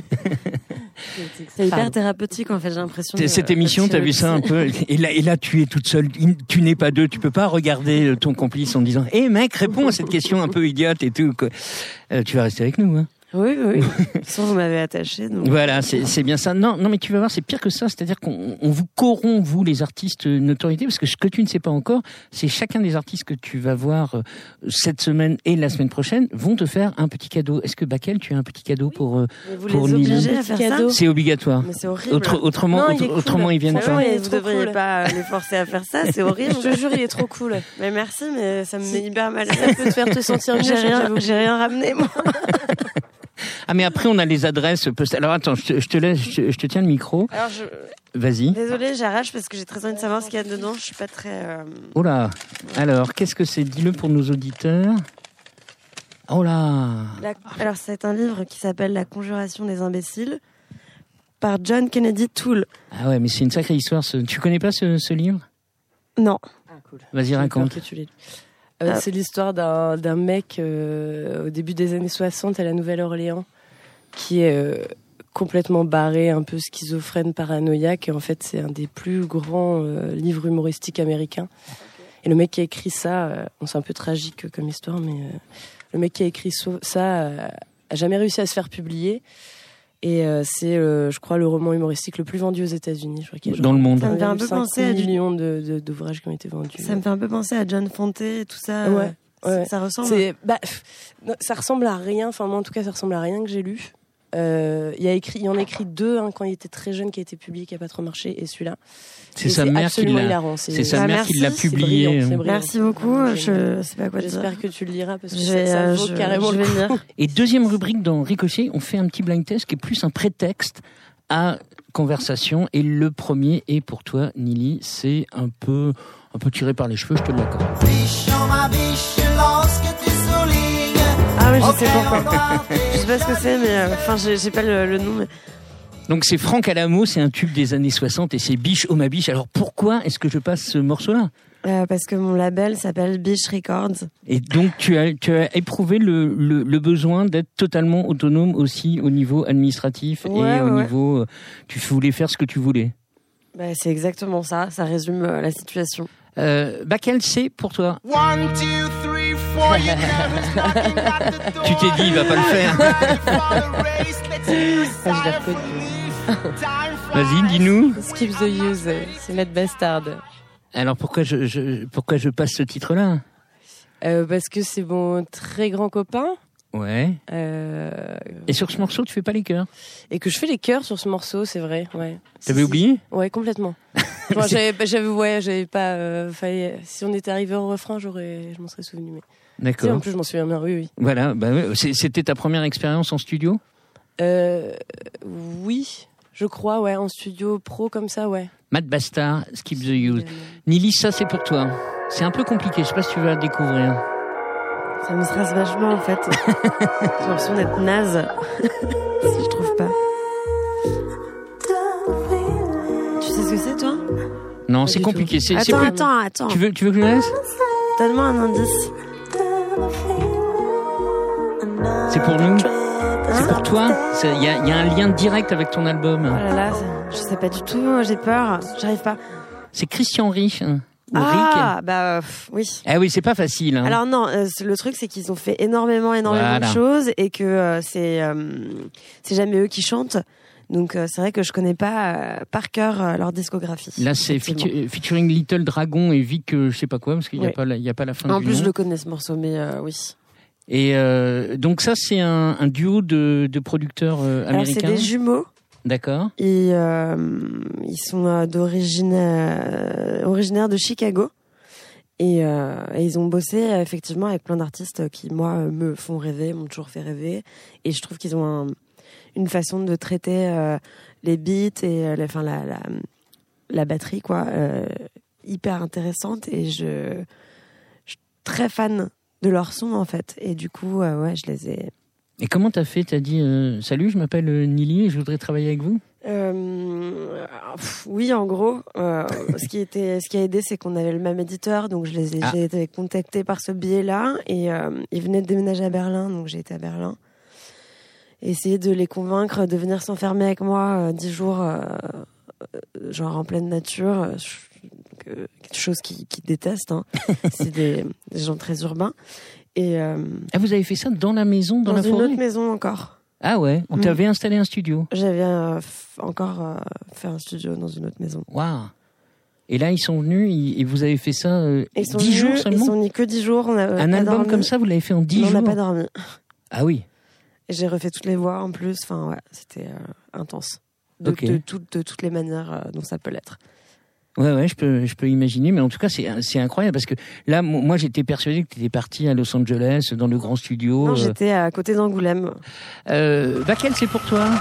Speaker 2: C'est hyper thérapeutique en fait, j'ai l'impression.
Speaker 1: C'est-
Speaker 2: de-
Speaker 1: Cette émission,
Speaker 2: de-
Speaker 1: t'as vu ça un peu? Et là, et là, tu es toute seule. Tu n'es pas deux. Tu peux pas regarder ton complice en disant, hé mec, réponds à cette question un peu idiote et tout, quoi. Euh, tu vas rester avec nous, hein.
Speaker 2: Oui, oui. De toute façon, vous m'avez attaché. Donc...
Speaker 1: Voilà, c'est c'est bien ça. Non, non, mais tu vas voir, c'est pire que ça. C'est-à-dire qu'on on vous corrompt, vous, les artistes euh, notoriété, parce que ce que tu ne sais pas encore, c'est chacun des artistes que tu vas voir euh, cette semaine et la semaine prochaine vont te faire un petit cadeau. Est-ce que Bakel, tu as un petit cadeau pour euh,
Speaker 2: Mais vous
Speaker 1: Pour
Speaker 2: les
Speaker 1: Nina.
Speaker 2: obligez à faire
Speaker 5: Cadeau.
Speaker 2: ça?
Speaker 1: C'est obligatoire.
Speaker 2: Mais c'est horrible.
Speaker 1: Autre, autrement,
Speaker 5: Non, il
Speaker 1: autre-
Speaker 5: est cool.
Speaker 1: autrement, ils viennent
Speaker 2: Ah
Speaker 1: pas.
Speaker 2: ouais,
Speaker 5: il est
Speaker 2: vous
Speaker 5: trop
Speaker 2: devriez
Speaker 5: cool.
Speaker 2: pas les forcer à faire ça, c'est horrible.
Speaker 5: Je te jure, il est trop cool.
Speaker 2: Mais merci, mais ça me met hyper mal.
Speaker 5: Ça peut te faire te sentir mieux.
Speaker 2: J'ai rien,
Speaker 5: j'avoue.
Speaker 2: j'ai rien ramené, moi.
Speaker 1: Ah, mais après, on a les adresses. post- Alors attends, je te, je te laisse, je te, je te tiens le micro.
Speaker 2: Alors, je...
Speaker 1: Vas-y.
Speaker 2: désolée, j'arrache parce que j'ai très envie de savoir ce qu'il y a dedans. Je suis pas très. euh,
Speaker 1: Oh là. Alors, qu'est-ce que c'est? Dis-le pour nos auditeurs. Oh là.
Speaker 2: la- Alors, c'est un livre qui s'appelle La Conjuration des imbéciles par John Kennedy Toole.
Speaker 1: Ah ouais, mais c'est une sacrée histoire. ce- Tu connais pas ce, ce livre?
Speaker 2: Non.
Speaker 5: Ah, cool.
Speaker 1: Vas-y,
Speaker 5: J'ai peur
Speaker 1: raconte.
Speaker 5: que tu l'aies lu. Euh,
Speaker 2: Ah.
Speaker 5: C'est l'histoire d'un, d'un mec euh, au début des années soixante à la Nouvelle-Orléans qui est euh, complètement barré, un peu schizophrène, paranoïaque. Et en fait, c'est un des plus grands euh, livres humoristiques américains. Et le mec qui a écrit ça, euh, bon, c'est un peu tragique comme histoire, mais euh, le mec qui a écrit so- ça euh, a jamais réussi à se faire publier. Et euh, c'est, euh, je crois, le roman humoristique le plus vendu aux États-Unis. Je crois qu'il y a genre
Speaker 1: Dans le monde.
Speaker 2: Ça me fait un peu
Speaker 5: cinq
Speaker 2: penser à du-
Speaker 5: millions de, de, d'ouvrages qui ont été vendus.
Speaker 2: Ça me fait un peu penser à John Fante et tout ça.
Speaker 5: Ouais,
Speaker 2: euh,
Speaker 5: ouais.
Speaker 2: Ça ressemble.
Speaker 5: C'est, bah, pff, non, ça ressemble à rien. Enfin, moi, en tout cas, ça ressemble à rien que j'ai lu. Euh, il y a écrit, il y en a écrit deux hein, quand il était très jeune, qui a été publié, qui a pas trop marché, et celui-là.
Speaker 1: C'est
Speaker 5: Et
Speaker 1: sa mère qui
Speaker 5: absolument
Speaker 1: l'a.
Speaker 5: hilarant.
Speaker 1: C'est sa
Speaker 2: Bah,
Speaker 1: mère
Speaker 2: merci,
Speaker 1: qui l'a
Speaker 2: c'est
Speaker 1: publié.
Speaker 5: brillant, c'est brillant.
Speaker 2: Merci beaucoup.
Speaker 5: Vraiment
Speaker 2: Je
Speaker 5: génial.
Speaker 2: sais pas quoi dire.
Speaker 5: J'espère que tu le liras parce que
Speaker 2: Je
Speaker 5: ça,
Speaker 2: vais,
Speaker 5: ça
Speaker 2: euh,
Speaker 5: vaut
Speaker 2: je-
Speaker 5: carrément
Speaker 2: je
Speaker 5: le
Speaker 2: vais
Speaker 5: coup.
Speaker 2: lire.
Speaker 1: Et deuxième rubrique dans Ricochet, on fait un petit blind test qui est plus un prétexte à conversation. Et le premier est pour toi, Nili. C'est un peu un peu tiré par les cheveux, je te l'accorde.
Speaker 2: Ah oui, je sais pourquoi. Je sais pas ce que c'est, mais enfin, euh, j'ai, j'ai pas le, le nom. Mais...
Speaker 1: Donc c'est Franck Alamo, c'est un tube des années soixante et c'est Biche oh ma biche. Alors pourquoi est-ce que je passe ce morceau-là?
Speaker 2: euh, Parce que mon label s'appelle Biche Records.
Speaker 1: Et donc tu as, tu as éprouvé le, le, le besoin d'être totalement autonome aussi au niveau administratif
Speaker 2: ouais,
Speaker 1: et
Speaker 2: ouais,
Speaker 1: au
Speaker 2: ouais.
Speaker 1: niveau... Euh, tu voulais faire ce que tu voulais.
Speaker 2: Bah, c'est exactement ça, ça résume euh, la situation.
Speaker 1: Euh, Bakel, c'est pour toi.
Speaker 6: One, two, three, four, you know knocking at the door.
Speaker 1: Tu t'es dit, il va pas le faire.
Speaker 5: Je l'ai reconnu.
Speaker 1: Vas-y, dis-nous.
Speaker 5: Skip the Use, c'est Matt Bastard.
Speaker 1: Alors pourquoi je, je, pourquoi je passe ce titre-là?
Speaker 5: euh, Parce que c'est mon très grand copain.
Speaker 1: Ouais.
Speaker 5: Euh...
Speaker 1: Et sur ce morceau, tu fais pas les chœurs?
Speaker 5: Et que je fais les chœurs sur ce morceau, c'est vrai. Ouais.
Speaker 1: T'avais
Speaker 5: si,
Speaker 1: oublié?
Speaker 5: si. Ouais, complètement. Genre, j'avais, j'avais, ouais, j'avais pas. Euh, fallait, si on était arrivé au refrain, j'aurais, je m'en serais souvenu. Mais...
Speaker 1: D'accord.
Speaker 5: Si, en plus, je m'en souviens bien. Oui, oui.
Speaker 1: Voilà. Bah, ouais. C'était ta première expérience en studio?
Speaker 5: Euh, oui, je crois. Ouais, en studio pro comme ça, ouais.
Speaker 1: Matt Bastard, Skip the Use. Nili, ça c'est pour toi. C'est un peu compliqué. Je sais pas si tu vas découvrir.
Speaker 2: Ça me stresse vachement en fait. J'ai l'impression d'être naze si je trouve pas. Tu sais ce que c'est toi?
Speaker 1: Non,
Speaker 5: Pas
Speaker 1: c'est
Speaker 5: du
Speaker 1: compliqué.
Speaker 5: tout.
Speaker 1: C'est, c'est
Speaker 2: Attends,
Speaker 1: plus...
Speaker 2: attends, attends.
Speaker 1: Tu veux, tu veux que je le laisse?
Speaker 2: Donne-moi un indice.
Speaker 1: C'est pour nous. C'est pour toi. Il y a, y a un lien direct avec ton album.
Speaker 2: Oh là là, je sais pas du tout, j'ai peur, j'arrive pas.
Speaker 1: C'est Christian Rich. Hein, ou
Speaker 2: Ah,
Speaker 1: Rick.
Speaker 2: bah pff, oui.
Speaker 1: Ah oui, c'est pas facile. Hein.
Speaker 2: Alors non, euh, le truc c'est qu'ils ont fait énormément, énormément
Speaker 1: Voilà.
Speaker 2: de choses et que euh, c'est euh, c'est jamais eux qui chantent. Donc euh, c'est vrai que je connais pas euh, par cœur euh, leur discographie.
Speaker 1: Là, c'est
Speaker 2: effectivement.
Speaker 1: featu- featuring Little Dragon et Vic, euh, je sais pas quoi, parce qu'il n'y a,
Speaker 2: Oui.
Speaker 1: pas la- il y a pas la fin
Speaker 2: En
Speaker 1: du
Speaker 2: plus,
Speaker 1: nom.
Speaker 2: je le connais ce morceau, mais euh, oui.
Speaker 1: Et euh, donc ça, c'est un, un duo de, de producteurs euh,
Speaker 2: Alors c'est
Speaker 1: américains.
Speaker 2: des jumeaux.
Speaker 1: D'accord.
Speaker 2: Et euh, ils sont euh, d'origine euh, originaires de Chicago. Et, euh, et ils ont bossé euh, effectivement avec plein d'artistes qui, moi, euh, me font rêver, m'ont toujours fait rêver. Et je trouve qu'ils ont un, une façon de traiter euh, les beats et euh, la, enfin, la, la, la batterie, quoi, euh, hyper intéressante. Et je, je suis très fan de leur son, en fait. Et du coup, euh, ouais, je les ai...
Speaker 1: Et comment t'as fait? T'as dit euh, salut, je m'appelle euh, Nili et je voudrais travailler avec vous.
Speaker 2: Euh, pff, oui, en gros, euh, ce qui était, ce qui a aidé, c'est qu'on avait le même éditeur, donc je les ai,
Speaker 1: Ah.
Speaker 2: j'ai été contactée par ce biais-là, et euh, ils venaient de déménager à Berlin, donc j'ai été à Berlin, essayer de les convaincre de venir s'enfermer avec moi euh, dix jours, euh, euh, genre en pleine nature, euh, que- quelque chose qu'ils qui détestent. Hein. C'est des, des gens très urbains. Et euh,
Speaker 1: Ah, vous avez fait ça dans la maison, dans,
Speaker 2: dans
Speaker 1: la
Speaker 2: une
Speaker 1: forêt?
Speaker 2: autre maison encore.
Speaker 1: Ah ouais, on
Speaker 2: Mm.
Speaker 1: t'avait installé un studio.
Speaker 2: J'avais euh, f- encore euh, fait un studio dans une autre maison.
Speaker 1: Waouh. Et là, ils sont venus ils- et vous avez fait ça euh,
Speaker 2: Ils sont
Speaker 1: dix jours
Speaker 2: venus,
Speaker 1: seulement.
Speaker 2: Ils sont venus que dix jours. On a
Speaker 1: Un
Speaker 2: pas
Speaker 1: album
Speaker 2: dormi.
Speaker 1: comme ça, vous l'avez fait en dix
Speaker 2: Non, on
Speaker 1: jours.
Speaker 2: n'a pas dormi.
Speaker 1: Ah oui.
Speaker 2: Et j'ai refait toutes les voix en plus. Enfin, ouais, c'était euh, intense. De,
Speaker 1: Ok.
Speaker 2: de, tout- de toutes les manières euh, dont ça peut l'être.
Speaker 1: Ouais, ouais, je peux, je peux imaginer, mais en tout cas, c'est, c'est incroyable parce que là, mo- moi, j'étais persuadé que tu étais parti à Los Angeles, dans le grand studio.
Speaker 2: Non,
Speaker 1: euh,
Speaker 2: j'étais à côté d'Angoulême.
Speaker 1: euh, Bakel, c'est pour toi.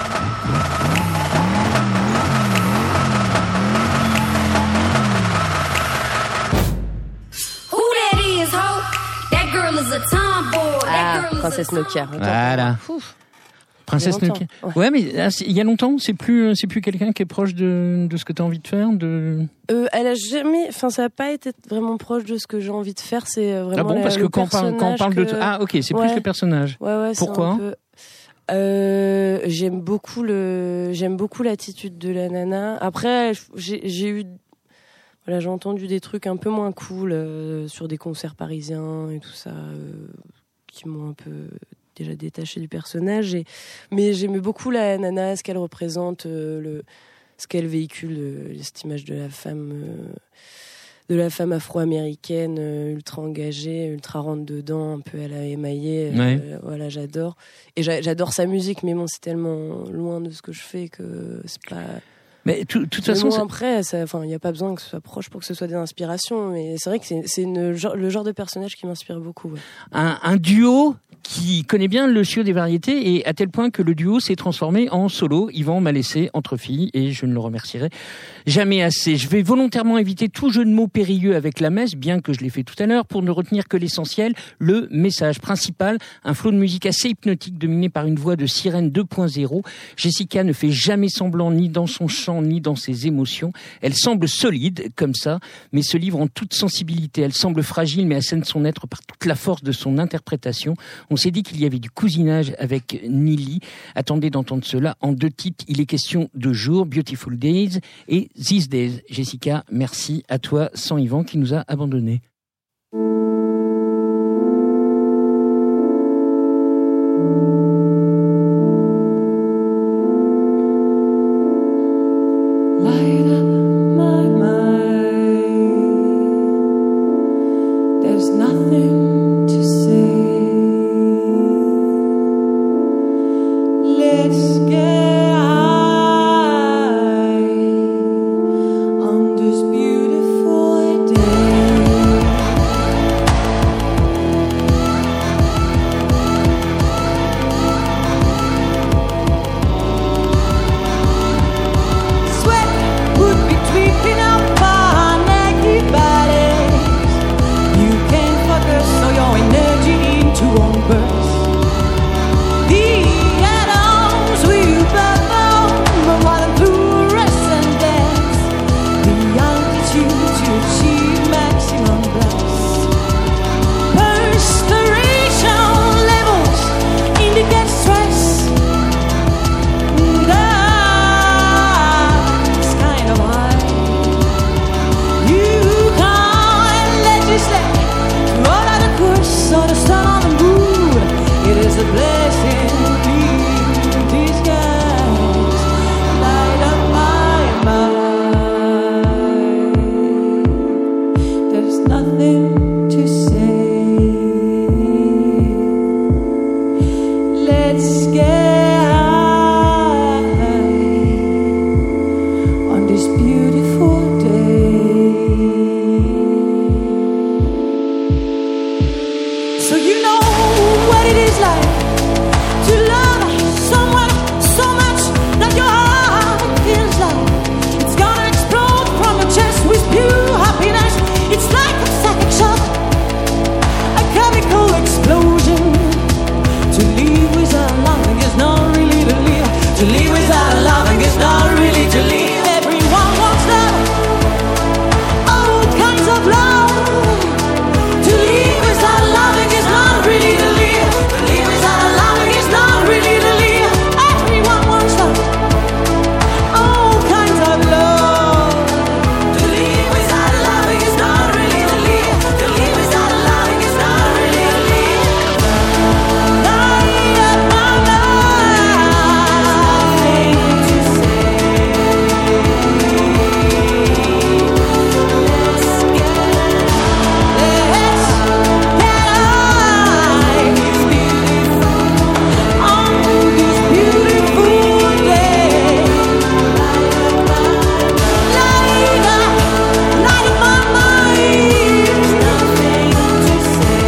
Speaker 3: Who that is, ho? That girl is a tomboy. That
Speaker 5: Ah,
Speaker 3: girl is a
Speaker 5: Princesse Nokia. Attends.
Speaker 1: Voilà.
Speaker 5: Ouf.
Speaker 1: Princesse
Speaker 5: Il y a
Speaker 1: Nokia.
Speaker 5: longtemps,
Speaker 1: Ouais, mais ah, c'est- il y a longtemps, c'est plus, c'est plus quelqu'un qui est proche de, de ce que tu as envie de faire. De...
Speaker 5: Euh, elle a jamais, enfin, ça a pas été vraiment proche de ce que j'ai envie de faire. C'est euh, vraiment.
Speaker 1: Ah bon,
Speaker 5: la-
Speaker 1: parce que
Speaker 5: le
Speaker 1: quand on parle, quand on parle de.
Speaker 5: personnage que-
Speaker 1: Ah, ok, c'est
Speaker 5: Ouais.
Speaker 1: plus le personnage.
Speaker 5: Ouais, ouais. c'est
Speaker 1: Pourquoi
Speaker 5: un peu- Euh, j'aime beaucoup le, j'aime beaucoup l'attitude de la nana. Après, j'ai, j'ai eu, voilà, j'ai entendu des trucs un peu moins cool euh, sur des concerts parisiens et tout ça, euh, qui m'ont un peu déjà détaché du personnage. Et, mais j'aimais beaucoup la nana, ce qu'elle représente, euh, le, ce qu'elle véhicule, euh, cette image de la femme. Euh, de la femme afro-américaine euh, ultra engagée, ultra rentre dedans, un peu à la émaillée.
Speaker 1: Ouais.
Speaker 5: Euh, voilà, j'adore. Et j'a- j'adore sa musique, mais bon, c'est tellement loin de ce que je fais que c'est pas.
Speaker 1: Mais de toute
Speaker 5: Mais
Speaker 1: façon,
Speaker 5: bon,
Speaker 1: ça-
Speaker 5: après, ça- enfin, il n'y a pas besoin que ce soit proche pour que ce soit des inspirations. Mais c'est vrai que c'est c'est une genre- le genre de personnage qui m'inspire beaucoup. Ouais.
Speaker 1: un, un duo qui connaît bien le chiot des variétés et à tel point que le duo s'est transformé en solo. Yvan m'a laissé entre filles et je ne le remercierai jamais assez. Je vais volontairement éviter tout jeu de mots périlleux avec la messe, bien que je l'ai fait tout à l'heure, pour ne retenir que l'essentiel, le message principal, un flot de musique assez hypnotique dominé par une voix de sirène deux point zéro. Jessica ne fait jamais semblant ni dans son chant ni dans ses émotions. Elle semble solide comme ça, mais se livre en toute sensibilité. Elle semble fragile, mais assène son être par toute la force de son interprétation. On s'est dit qu'il y avait du cousinage avec Nili. Attendez d'entendre cela en deux titres. Il est question de jour, Beautiful Days et These Days. Jessica, merci à toi, sans Yvan qui nous a abandonnés.
Speaker 7: Light up my mind. There's nothing to say. Let's get high on this beautiful day. Sweat would be creeping up our naked bodies. You can't focus all your energy into one burst. The atoms will bubble more than fluorescent gas. The altitude to achieve maximum blast. Perspiration levels indicate stress. That's kind of high. You can't legislate to all of the course or the sun or the moon. It is a blessing in disguise. Light up my mind. There's nothing to say. Let's get high on this beautiful day. So you know what it is like to love someone so much that your heart feels like it's gonna explode from your chest with pure happiness. It's like a psychic shock, a chemical explosion. To live without loving is not really to live. To live without loving is not really to live. Everyone wants love, all kinds of love. To live without loving is not really to live. To live without loving is not really to live. Everyone wants love, all kinds of love. To live without loving is not really to live. To live without loving is not really to live. Light up my mind. To say, let's get, let's get high. It's beautiful on this beautiful day. Light up, light up my mind. Nothing to say.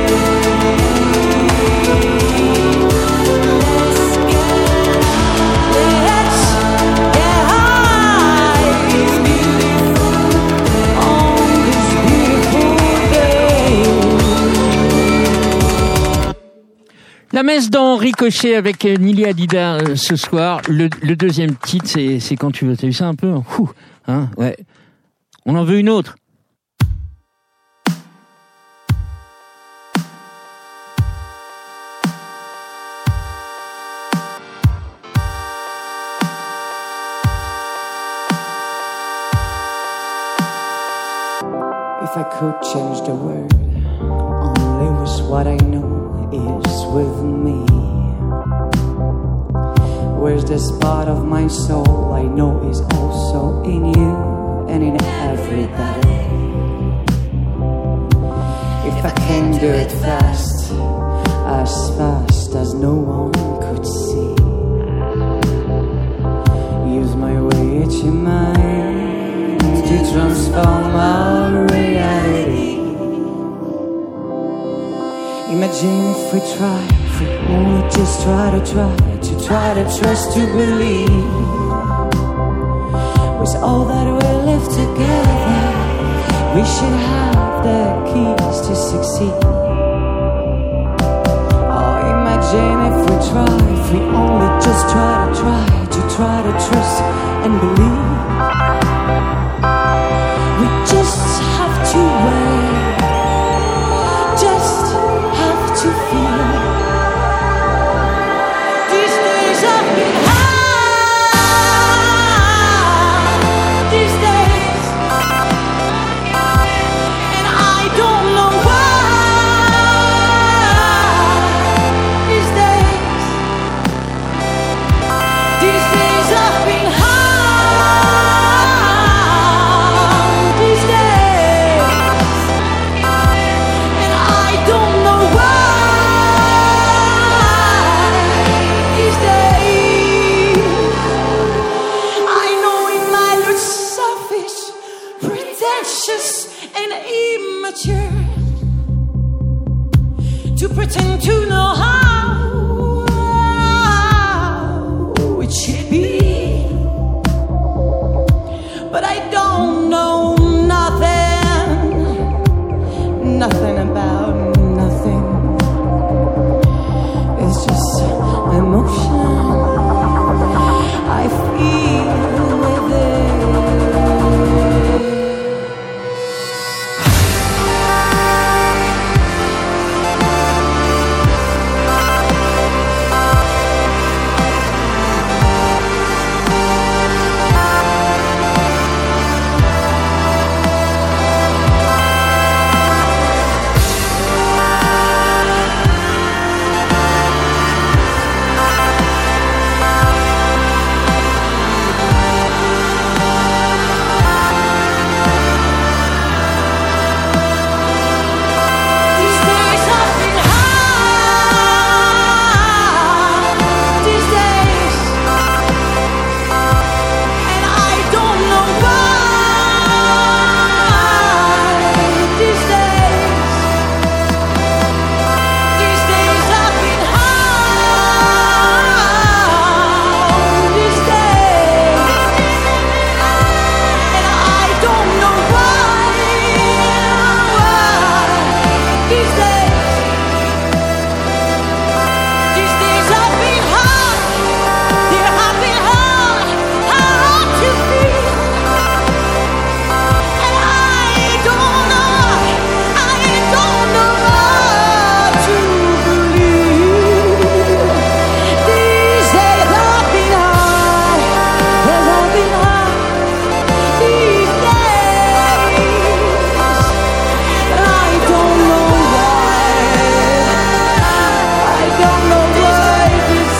Speaker 7: Let's get, let's get high. It's beautiful on this beautiful day.
Speaker 1: La messe dans Ricochet avec Nili Hadida euh, ce soir. Le, le deuxième titre, c'est, c'est Quand tu veux. T'as vu ça un peu? Ouh, hein, ouais. On en veut une autre.
Speaker 7: If I could change the world, only was what I know is with me. Where's the spot of my soul I know is also in you and in everybody. If I can do it fast, as fast as no one could see. Use my witching mind to transform our reality. Imagine if we try, if we only just try to try, to try to trust, to believe. With all that we live together, we should have the keys to succeed. Oh, imagine if we try, if we only just try to try, to try to trust and believe. We just have to wait, just have to feel. These days I've been high, these days, and I don't know why. These days, these days I've been high, these days, and I don't know why. These days, I know it might look selfish, pretentious, and immature to pretend to know how it should be, but I don't know nothing, nothing about nothing. It's just emotion I feel within. These days I've been high, these days, and I don't know why. These days, these days I've been high, these days, and I don't know why. These days, these days I've been hard, they have been hard, hard to feel, and I don't know, I don't know what to believe. These days I've been hard, yes I've been hard. These days, and I don't know why. I don't know why these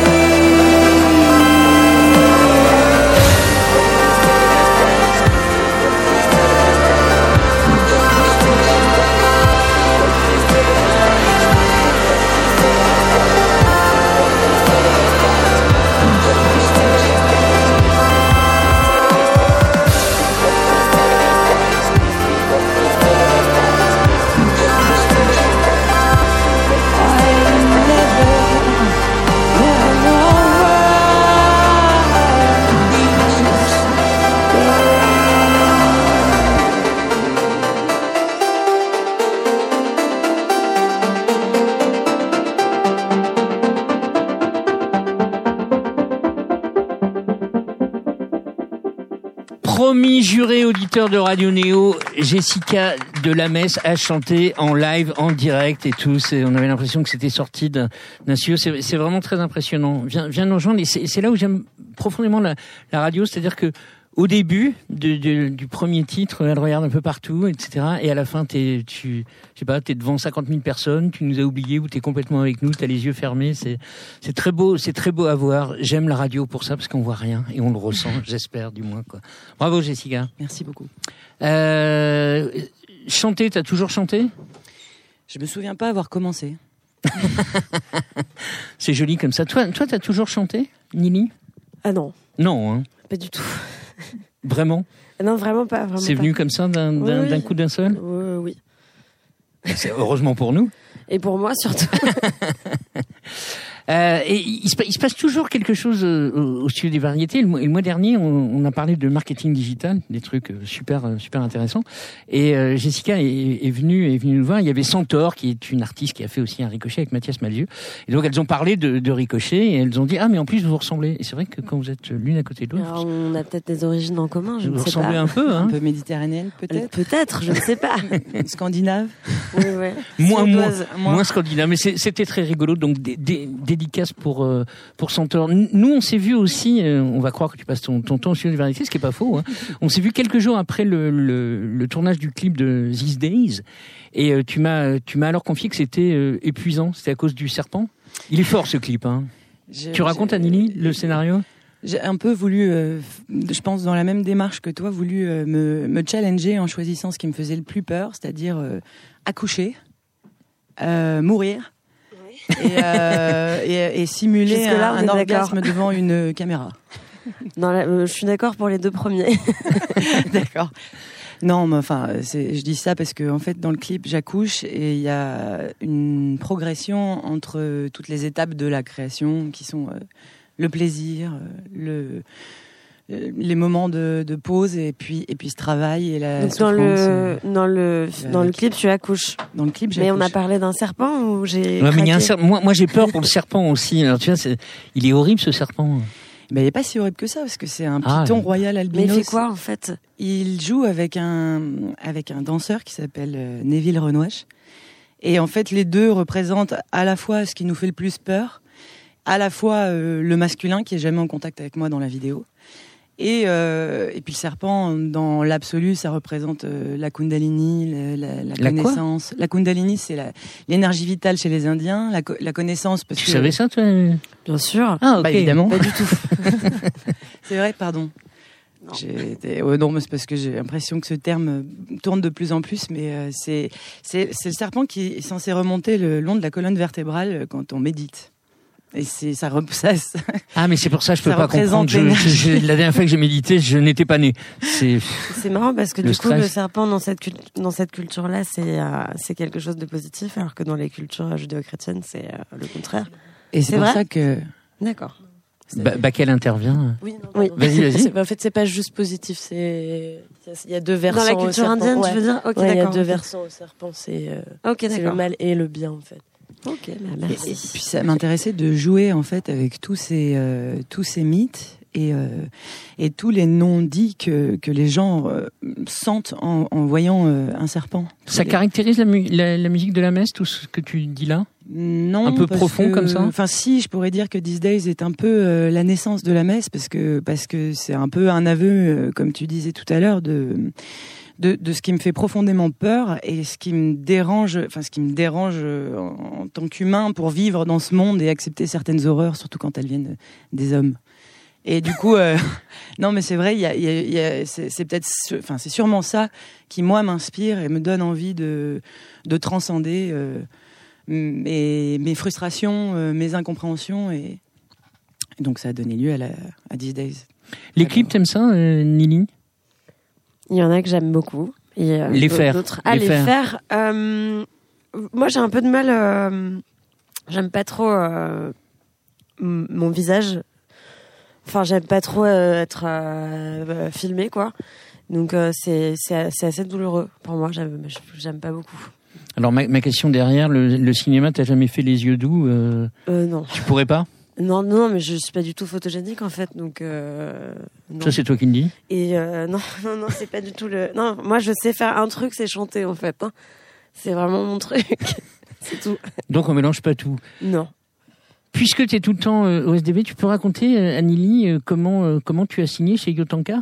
Speaker 1: Promis, juré auditeur de Radio Néo, Jessica Delamesse a chanté en live, en direct et tout. C'est, on avait l'impression que c'était sorti d'un, d'un studio. C'est, c'est vraiment très impressionnant. Viens, viens nous rejoindre. Et c'est, c'est là où j'aime profondément la, la radio, c'est-à-dire que au début de, de, du premier titre, elle regarde un peu partout, et cetera. Et à la fin, t'es, tu, je sais pas, t'es devant cinquante mille personnes, tu nous as oubliés ou t'es complètement avec nous, t'as les yeux fermés. C'est, c'est très beau, c'est très beau à voir. J'aime la radio pour ça parce qu'on voit rien et on le ressent, j'espère du moins, quoi. Bravo, Jessica.
Speaker 8: Merci beaucoup.
Speaker 1: Euh, chanter, t'as toujours chanté?
Speaker 8: Je me souviens pas avoir commencé.
Speaker 1: C'est joli comme ça. Toi, toi, t'as toujours chanté, Nili?
Speaker 2: Ah non,
Speaker 1: Non, hein.
Speaker 2: pas du tout.
Speaker 1: Vraiment?
Speaker 2: Non, vraiment pas. Vraiment
Speaker 1: C'est
Speaker 2: pas.
Speaker 1: venu comme ça d'un, d'un,
Speaker 2: Oui,
Speaker 1: d'un
Speaker 2: oui.
Speaker 1: coup d'un seul?
Speaker 2: Oui, oui.
Speaker 1: C'est heureusement pour nous.
Speaker 2: Et pour moi surtout.
Speaker 1: Euh, et il se, il se passe toujours quelque chose euh, au, au studio des variétés. Le mois, le mois dernier, on, on a parlé de marketing digital, des trucs euh, super euh, super intéressants. Et euh, Jessica est, est venue est venue nous voir. Il y avait Centaure, qui est une artiste qui a fait aussi un Ricochet avec Mathias Malzieu. Et donc elles ont parlé de, de Ricochet et elles ont dit ah mais en plus vous vous ressemblez. Et c'est vrai que quand vous êtes l'une à côté de l'autre,
Speaker 2: Alors, on a peut-être des origines en commun. Je
Speaker 1: vous
Speaker 2: ne sais
Speaker 1: ressemblez
Speaker 2: pas.
Speaker 1: un peu. Hein.
Speaker 8: Un peu méditerranéenne, peut-être.
Speaker 2: Peut-être, je ne sais pas.
Speaker 8: Scandinave.
Speaker 2: Oui, oui.
Speaker 1: Moins, moins,
Speaker 2: Suédoise.
Speaker 1: moins scandinave, mais c'est- c'était très rigolo. Donc dé, dé, dédicace pour euh, pour Centaure. Nous, on s'est vu aussi. Euh, on va croire que tu passes ton, ton temps sur les variétés, ce qui est pas faux. Hein. On s'est vu quelques jours après le, le, le tournage du clip de These Days, et euh, tu m'as tu m'as alors confié que c'était euh, épuisant. C'était à cause du serpent. Il est fort ce clip. Hein.
Speaker 8: Je-
Speaker 1: Tu racontes
Speaker 8: je-
Speaker 1: à Nili le scénario?
Speaker 8: J'ai un peu voulu, euh, je pense dans la même démarche que toi, voulu euh, me, me challenger en choisissant ce qui me faisait le plus peur, c'est-à-dire euh, accoucher, euh, mourir et, euh, et, et simuler
Speaker 2: Jusque-là,
Speaker 8: un,
Speaker 2: on
Speaker 8: un
Speaker 2: est d'accord.
Speaker 8: orgasme devant une caméra.
Speaker 2: Non, là, euh, je suis d'accord pour les deux premiers.
Speaker 8: D'accord. Non, mais enfin, c'est, je dis ça parce que en fait, dans le clip, j'accouche et il y a une progression entre toutes les étapes de la création qui sont euh, le plaisir, euh, le, euh, les moments de, de pause et puis et puis ce travail et la
Speaker 2: Donc dans
Speaker 8: souffrance.
Speaker 2: le
Speaker 8: euh,
Speaker 2: dans le
Speaker 8: la-
Speaker 2: dans le clip, tu accouches.
Speaker 8: Dans le clip,
Speaker 2: Mais on a
Speaker 8: j'accouche.
Speaker 2: parlé d'un serpent ou j'ai
Speaker 1: Ouais, mais il y a un
Speaker 2: craqué
Speaker 1: serpent. Moi, moi j'ai peur pour le serpent aussi. Alors tu vois, c'est, il est horrible ce serpent.
Speaker 8: Mais il n'est pas si horrible que ça parce que c'est un
Speaker 1: Ah,
Speaker 8: python
Speaker 1: ouais.
Speaker 8: royal
Speaker 2: Mais
Speaker 8: albinos.
Speaker 2: il fait quoi en fait?
Speaker 8: Il joue avec un avec un danseur qui s'appelle euh, Neville Renouache. Et en fait, les deux représentent à la fois ce qui nous fait le plus peur, à la fois euh, le masculin qui est jamais en contact avec moi dans la vidéo, et euh, et puis le serpent dans l'absolu, ça représente euh, la Kundalini, la, la, la
Speaker 1: La quoi
Speaker 8: connaissance. La Kundalini, c'est la, l'énergie vitale chez les Indiens, la, co- la connaissance. Parce
Speaker 1: Tu
Speaker 8: que,
Speaker 1: savais ça, toi?
Speaker 2: Bien sûr.
Speaker 1: Ah, ok.
Speaker 8: Bah, évidemment.
Speaker 2: Pas du tout.
Speaker 8: C'est vrai, pardon.
Speaker 2: Non.
Speaker 8: J'ai été- ouais, non, mais c'est parce que j'ai l'impression que ce terme tourne de plus en plus, mais euh, c'est, c'est, c'est le serpent qui est censé remonter le long de la colonne vertébrale quand on médite. Et c'est, ça, re- ça, ça-
Speaker 1: Ah, mais c'est pour ça que je peux
Speaker 8: Ça
Speaker 1: pas
Speaker 8: représente
Speaker 1: comprendre. Je, je-
Speaker 8: l'énergie.
Speaker 1: je- la dernière fois que j'ai médité, je n'étais pas né. C'est,
Speaker 2: C'est marrant parce que
Speaker 1: Le
Speaker 2: du coup,
Speaker 1: stress.
Speaker 2: le serpent dans cette cul- dans cette culture-là, c'est euh, c'est quelque chose de positif, alors que dans les cultures judéo-chrétiennes, c'est euh, le contraire.
Speaker 8: et c'est,
Speaker 2: C'est
Speaker 8: pour
Speaker 2: vrai
Speaker 8: ça que
Speaker 2: D'accord.
Speaker 1: Ba- Bakel intervient.
Speaker 5: Oui, non,
Speaker 2: Oui.
Speaker 5: pardon.
Speaker 1: Vas-y, vas-y.
Speaker 5: C'est- En fait, c'est pas juste positif, c'est il y a deux versants.
Speaker 2: Dans la
Speaker 5: au
Speaker 2: culture
Speaker 5: serpent.
Speaker 2: indienne,
Speaker 5: Ouais.
Speaker 2: tu veux dire? Ok,
Speaker 5: Ouais, il y a
Speaker 2: d'accord.
Speaker 5: deux
Speaker 2: ok.
Speaker 5: versants au serpent, c'est euh,
Speaker 2: Ok,
Speaker 5: c'est le
Speaker 2: d'accord.
Speaker 5: mal et le bien en fait.
Speaker 2: Ok, bah,
Speaker 8: et,
Speaker 2: merci.
Speaker 8: et puis ça m'intéressait de jouer en fait avec tous ces euh, tous ces mythes et euh, et tous les non-dits que que les gens euh, sentent en, en voyant euh, un serpent.
Speaker 1: Ça caractérise la, mu- la, la musique de la messe, tout ce que tu dis là?
Speaker 8: Non,
Speaker 1: Un peu
Speaker 8: parce
Speaker 1: profond
Speaker 8: que-
Speaker 1: comme ça.
Speaker 8: Enfin, si, je pourrais dire que These Days est un peu euh, la naissance de la messe parce que parce que c'est un peu un aveu, euh, comme tu disais tout à l'heure, de, de de ce qui me fait profondément peur et ce qui me dérange, enfin ce qui me dérange euh, en, en tant qu'humain pour vivre dans ce monde et accepter certaines horreurs, surtout quand elles viennent des hommes. Et du coup, euh, non, mais c'est vrai, il y a, il y a, il y a- c'est, c'est peut-être, su- enfin, c'est sûrement ça qui moi m'inspire et me donne envie de de transcender. Euh, mes, mes frustrations, euh, mes incompréhensions et donc ça a donné lieu à, la, à These Days.
Speaker 1: Les
Speaker 8: Alors.
Speaker 1: clips, t'aimes ça, euh, Nili?
Speaker 2: Il y en a que j'aime beaucoup. Et, euh,
Speaker 1: Les
Speaker 2: d'autres-
Speaker 1: faire.
Speaker 2: d'autres- Ah,
Speaker 1: Les
Speaker 2: les,
Speaker 1: faire.
Speaker 2: faire. euh, moi, j'ai un peu de mal. euh, j'aime pas trop euh, m- mon visage. Enfin, j'aime pas trop euh, être euh, filmé, quoi. Donc, euh, c'est, c'est, c'est assez douloureux pour moi. J'aime, j'aime pas beaucoup.
Speaker 1: Alors, ma, ma question derrière, le, le cinéma, t'as jamais fait les yeux doux? euh,
Speaker 2: Euh, non.
Speaker 1: Tu pourrais pas?
Speaker 2: Non, non, mais je suis pas du tout photogénique, en fait. Donc, euh, non.
Speaker 1: Ça, c'est toi qui me dis.
Speaker 2: Et euh, non, non, non, c'est pas du tout le. Non, moi, je sais faire un truc, c'est chanter, en fait. hein. C'est vraiment mon truc. C'est tout.
Speaker 1: Donc, on mélange pas tout.
Speaker 2: Non.
Speaker 1: Puisque tu es tout le temps euh, au S D V, tu peux raconter, euh, Anneli, euh, comment, euh, comment tu as signé chez Yotanka?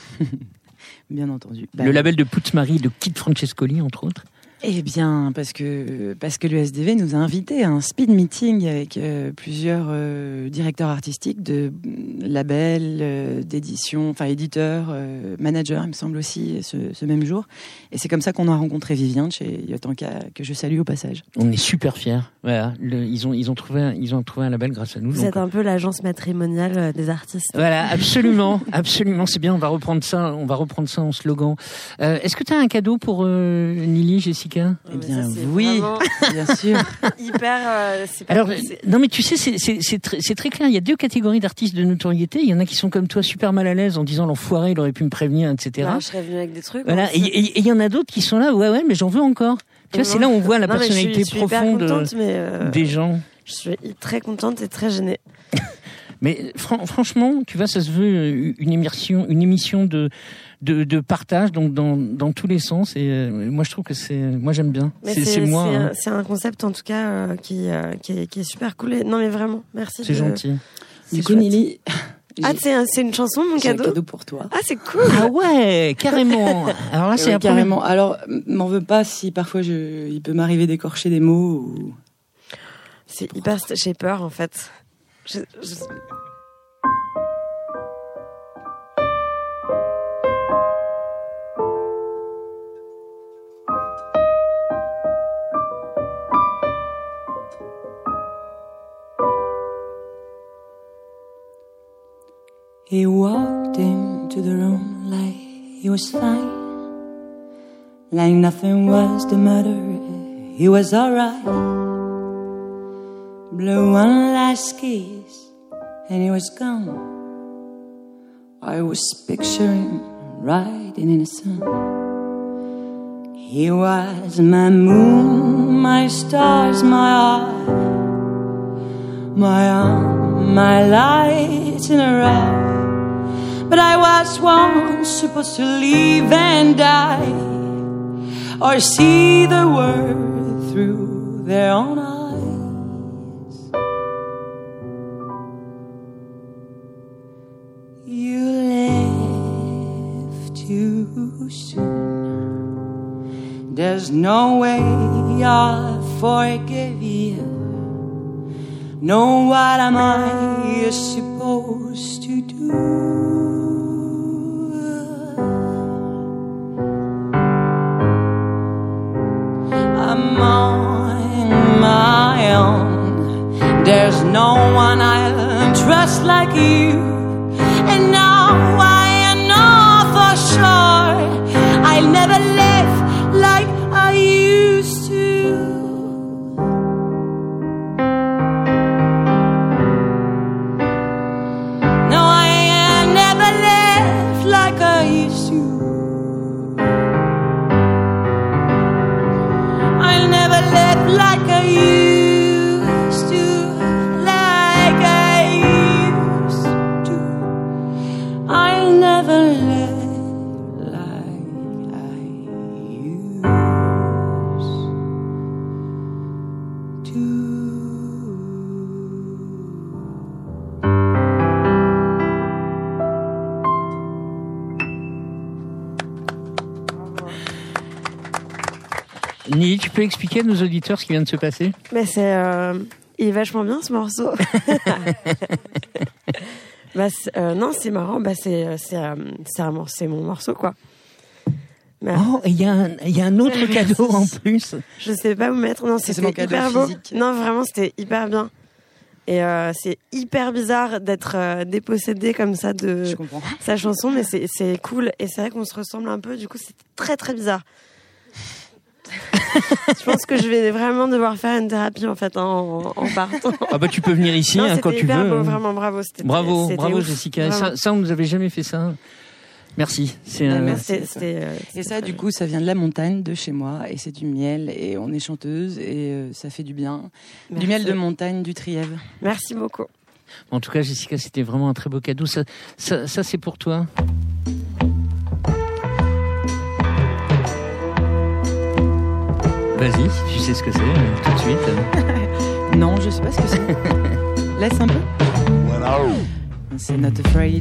Speaker 8: Bien entendu. Bah,
Speaker 1: Le label de Putzmari, de Kid Francescoli, entre autres.
Speaker 8: Eh bien, parce que parce que l'U S D V nous a invités à un speed meeting avec euh, plusieurs euh, directeurs artistiques de labels, euh, d'édition, enfin éditeurs, euh, managers, il me semble aussi, ce, ce même jour. Et c'est comme ça qu'on a rencontré Viviane chez Yotanka, que je salue au passage.
Speaker 1: On est super fiers. Voilà. Le- ils ont, ils ont trouvé, un, ils ont trouvé un label grâce à nous.
Speaker 2: Vous
Speaker 1: donc,
Speaker 2: êtes un peu l'agence matrimoniale euh, des artistes.
Speaker 1: Voilà, absolument, absolument, c'est bien. On va reprendre ça, on va reprendre ça en slogan. Euh, est-ce que tu as un cadeau pour euh, Nili, Jessica? Jessica?
Speaker 8: Eh bien, oui, bien sûr.
Speaker 2: Hyper. Euh, c'est pas
Speaker 1: Alors,
Speaker 2: possible.
Speaker 1: non, mais tu sais, c'est, c'est, c'est, très, c'est très clair. Il y a deux catégories d'artistes de notoriété. Il y en a qui sont comme toi, super mal à l'aise en disant l'enfoiré, il aurait pu me prévenir, et cetera.
Speaker 2: Non, je serais venue avec des trucs.
Speaker 1: Voilà.
Speaker 2: hein,
Speaker 1: Et et- et il y en a d'autres qui sont là, ouais, ouais, mais j'en veux encore. Tu vois, c'est là où on voit la
Speaker 2: Non, mais je suis-
Speaker 1: personnalité
Speaker 2: je suis hyper
Speaker 1: profonde
Speaker 2: contente, mais, euh,
Speaker 1: des gens.
Speaker 2: Je suis très contente et très gênée.
Speaker 1: Mais fran- franchement, tu vois, ça se veut euh, une émission, une émission de de, de partage, donc dans dans tous les sens. Et euh, moi, je trouve que c'est, moi, j'aime bien.
Speaker 2: Mais
Speaker 1: C'est, c'est moi.
Speaker 2: C'est,
Speaker 1: hein.
Speaker 2: un, c'est un concept en tout cas euh, qui, euh, qui, est, qui est super cool. Et- non mais vraiment, merci.
Speaker 1: C'est
Speaker 2: de-
Speaker 1: gentil.
Speaker 2: C'est
Speaker 8: Du coup,
Speaker 2: chouette.
Speaker 8: Nili,
Speaker 2: Ah, c'est, un- c'est une chanson, mon
Speaker 8: j'ai un
Speaker 2: cadeau.
Speaker 8: cadeau pour toi.
Speaker 2: Ah, c'est cool.
Speaker 1: Ah ouais, carrément. Alors là, c'est
Speaker 8: Ouais,
Speaker 1: la première-
Speaker 8: carrément. Alors, m'en veux pas si parfois je, il peut m'arriver d'écorcher des mots. Ou...
Speaker 2: C'est hyper. J'ai peur en fait. Je, je...
Speaker 4: He walked into the room like he was fine, like nothing was the matter, he was alright. Blew one last kiss and he was gone. I was picturing riding in the sun. He was my moon, my stars, my eye, my arm, my light in a ride. But I was once supposed to live and die, or see the world through their own eyes. You left too soon. There's no way I forgive you. No, what am I supposed to do? I'm on my own. There's no one I'll trust like you. And now I know for sure I'll never live like I used to. No, I never live like I used to. I'll never live like I used to, like I used to. I'll never live like I used to.
Speaker 1: Nili, tu peux expliquer à nos auditeurs ce qui vient de se passer?
Speaker 2: Mais c'est, euh, il est vachement bien ce morceau. bah c'est- euh, non, c'est marrant. Bah c'est, c'est, euh, c'est, un mor- c'est mon morceau quoi. Mais
Speaker 1: Oh, il y a un, il y a un autre
Speaker 2: Ouais,
Speaker 1: cadeau
Speaker 2: merci.
Speaker 1: en plus.
Speaker 2: je sais pas où mettre. Non,
Speaker 8: c'est
Speaker 2: c'était
Speaker 8: mon cadeau
Speaker 2: hyper beau.
Speaker 8: physique.
Speaker 2: Non, vraiment, c'était hyper bien. Et euh, c'est hyper bizarre d'être euh, dépossédé comme ça de
Speaker 8: Je comprends.
Speaker 2: sa chanson, mais c'est, c'est cool. Et c'est vrai qu'on se ressemble un peu. Du coup, c'est très très bizarre. Je pense que je vais vraiment devoir faire une thérapie en fait en, en partant.
Speaker 1: Ah bah tu peux venir ici
Speaker 2: Non,
Speaker 1: hein,
Speaker 2: c'était
Speaker 1: quand tu
Speaker 2: hyper
Speaker 1: veux.
Speaker 2: beau,
Speaker 1: hein.
Speaker 2: vraiment bravo. C'était,
Speaker 1: Bravo,
Speaker 2: c'était
Speaker 1: bravo
Speaker 2: ouf.
Speaker 1: Jessica.
Speaker 2: Vraiment.
Speaker 1: Ça, ça, on nous avait jamais fait ça. Merci. C'est
Speaker 8: Ouais,
Speaker 1: un-
Speaker 8: merci.
Speaker 2: C'était, c'était, euh,
Speaker 8: Et ça,
Speaker 2: c'était
Speaker 8: du
Speaker 2: très
Speaker 8: coup, ça vient de la montagne, de chez moi, et c'est du miel, et on est chanteuse, et euh, ça fait du bien.
Speaker 2: bien.
Speaker 8: Du miel
Speaker 2: Merci.
Speaker 8: de montagne, du Trièvre.
Speaker 2: Merci beaucoup.
Speaker 1: En tout cas, Jessica, c'était vraiment un très beau cadeau. Ça, ça, ça c'est pour toi. Vas-y, tu sais ce que c'est, euh, tout de suite.
Speaker 8: Non, je sais pas ce que c'est. Laisse un peu. C'est Not Afraid.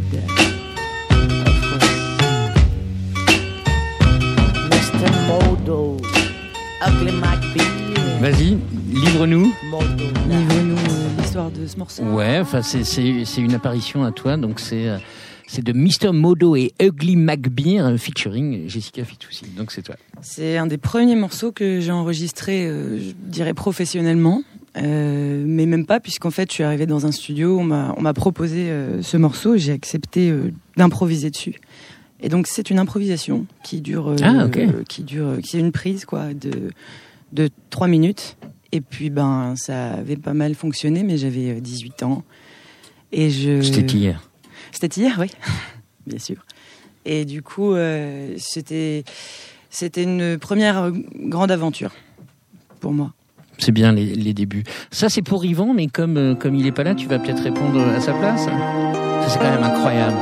Speaker 9: mister Modo, Ugly McBeal,
Speaker 1: Vas-y, livre-nous.
Speaker 9: Modo.
Speaker 8: Livre-nous euh, l'histoire de ce morceau.
Speaker 1: Ouais, enfin, c'est, c'est, c'est une apparition à toi, donc c'est, euh, c'est de mister Modo et Ugly McBeer euh, featuring Jessica Fitoussi. Donc c'est toi.
Speaker 8: C'est un des premiers morceaux que j'ai enregistré, euh, je dirais professionnellement, euh, mais même pas, puisqu'en fait, je suis arrivée dans un studio, on m'a, on m'a proposé euh, ce morceau, j'ai accepté euh, d'improviser dessus. Et donc c'est une improvisation qui dure, euh,
Speaker 1: ah, okay.
Speaker 8: euh, qui dure, qui est une prise quoi de de trois minutes. Et puis ben ça avait pas mal fonctionné, mais j'avais dix-huit ans et je.
Speaker 1: C'était hier.
Speaker 8: C'était hier, oui, bien sûr. Et du coup, euh, c'était c'était une première grande aventure pour moi.
Speaker 1: C'est bien les, les débuts. Ça, c'est pour Yvan, mais comme, euh, comme il n'est pas là, tu vas peut-être répondre à sa place. Ça, c'est quand même incroyable.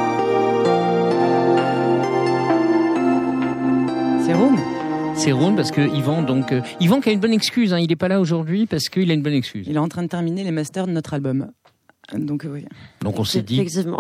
Speaker 8: C'est Rhône.
Speaker 1: C'est Rhône parce que Yvan, donc, euh, Yvan qui a une bonne excuse, hein, il n'est pas là aujourd'hui parce qu'il a une bonne excuse.
Speaker 8: Il est en train de terminer les masters de notre album. Donc, euh, oui.
Speaker 1: Donc, on s'est dit.
Speaker 2: Effectivement.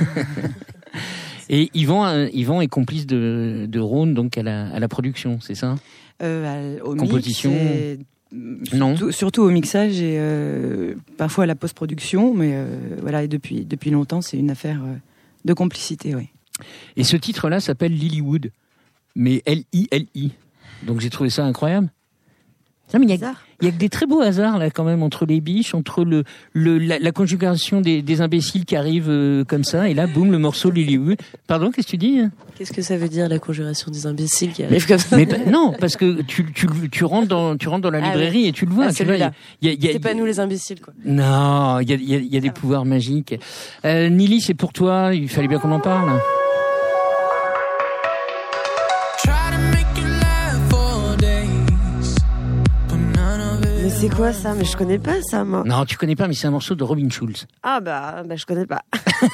Speaker 1: Et Yvan, euh, Yvan est complice de, de Rhône, donc à la, à la production, c'est ça?
Speaker 8: euh, au
Speaker 1: Composition.
Speaker 8: Mix et...
Speaker 1: Non.
Speaker 8: Surtout, surtout au mixage et euh, parfois à la post-production, mais euh, voilà, et depuis, depuis longtemps, c'est une affaire euh, de complicité, oui.
Speaker 1: Et ce titre-là s'appelle Lilywood, mais L I L I. Donc j'ai trouvé ça incroyable. Non, mais il y a, il y a que des très beaux hasards là quand même entre les biches, entre le, le la, la conjugation des, des imbéciles qui arrivent euh, comme ça, et là boum le morceau Lilywood. Pardon, qu'est-ce que tu dis?
Speaker 5: Qu'est-ce que ça veut dire la conjuration des imbéciles qui arrivent comme ça?
Speaker 1: Mais non, parce que tu tu tu rentres dans tu rentres dans la librairie ah, oui. et tu le vois.
Speaker 5: Ah,
Speaker 1: tu vois,
Speaker 5: là.
Speaker 1: Y a, y a,
Speaker 5: c'est pas nous les imbéciles quoi.
Speaker 1: Non, il y a il y a, y a des ah. pouvoirs magiques. Euh, Nili, c'est pour toi. Il fallait bien qu'on en parle.
Speaker 2: C'est quoi ça? Mais je connais pas ça, moi.
Speaker 1: Non, tu connais pas, mais c'est un morceau de Robin Schulz.
Speaker 2: Ah bah, bah je connais pas.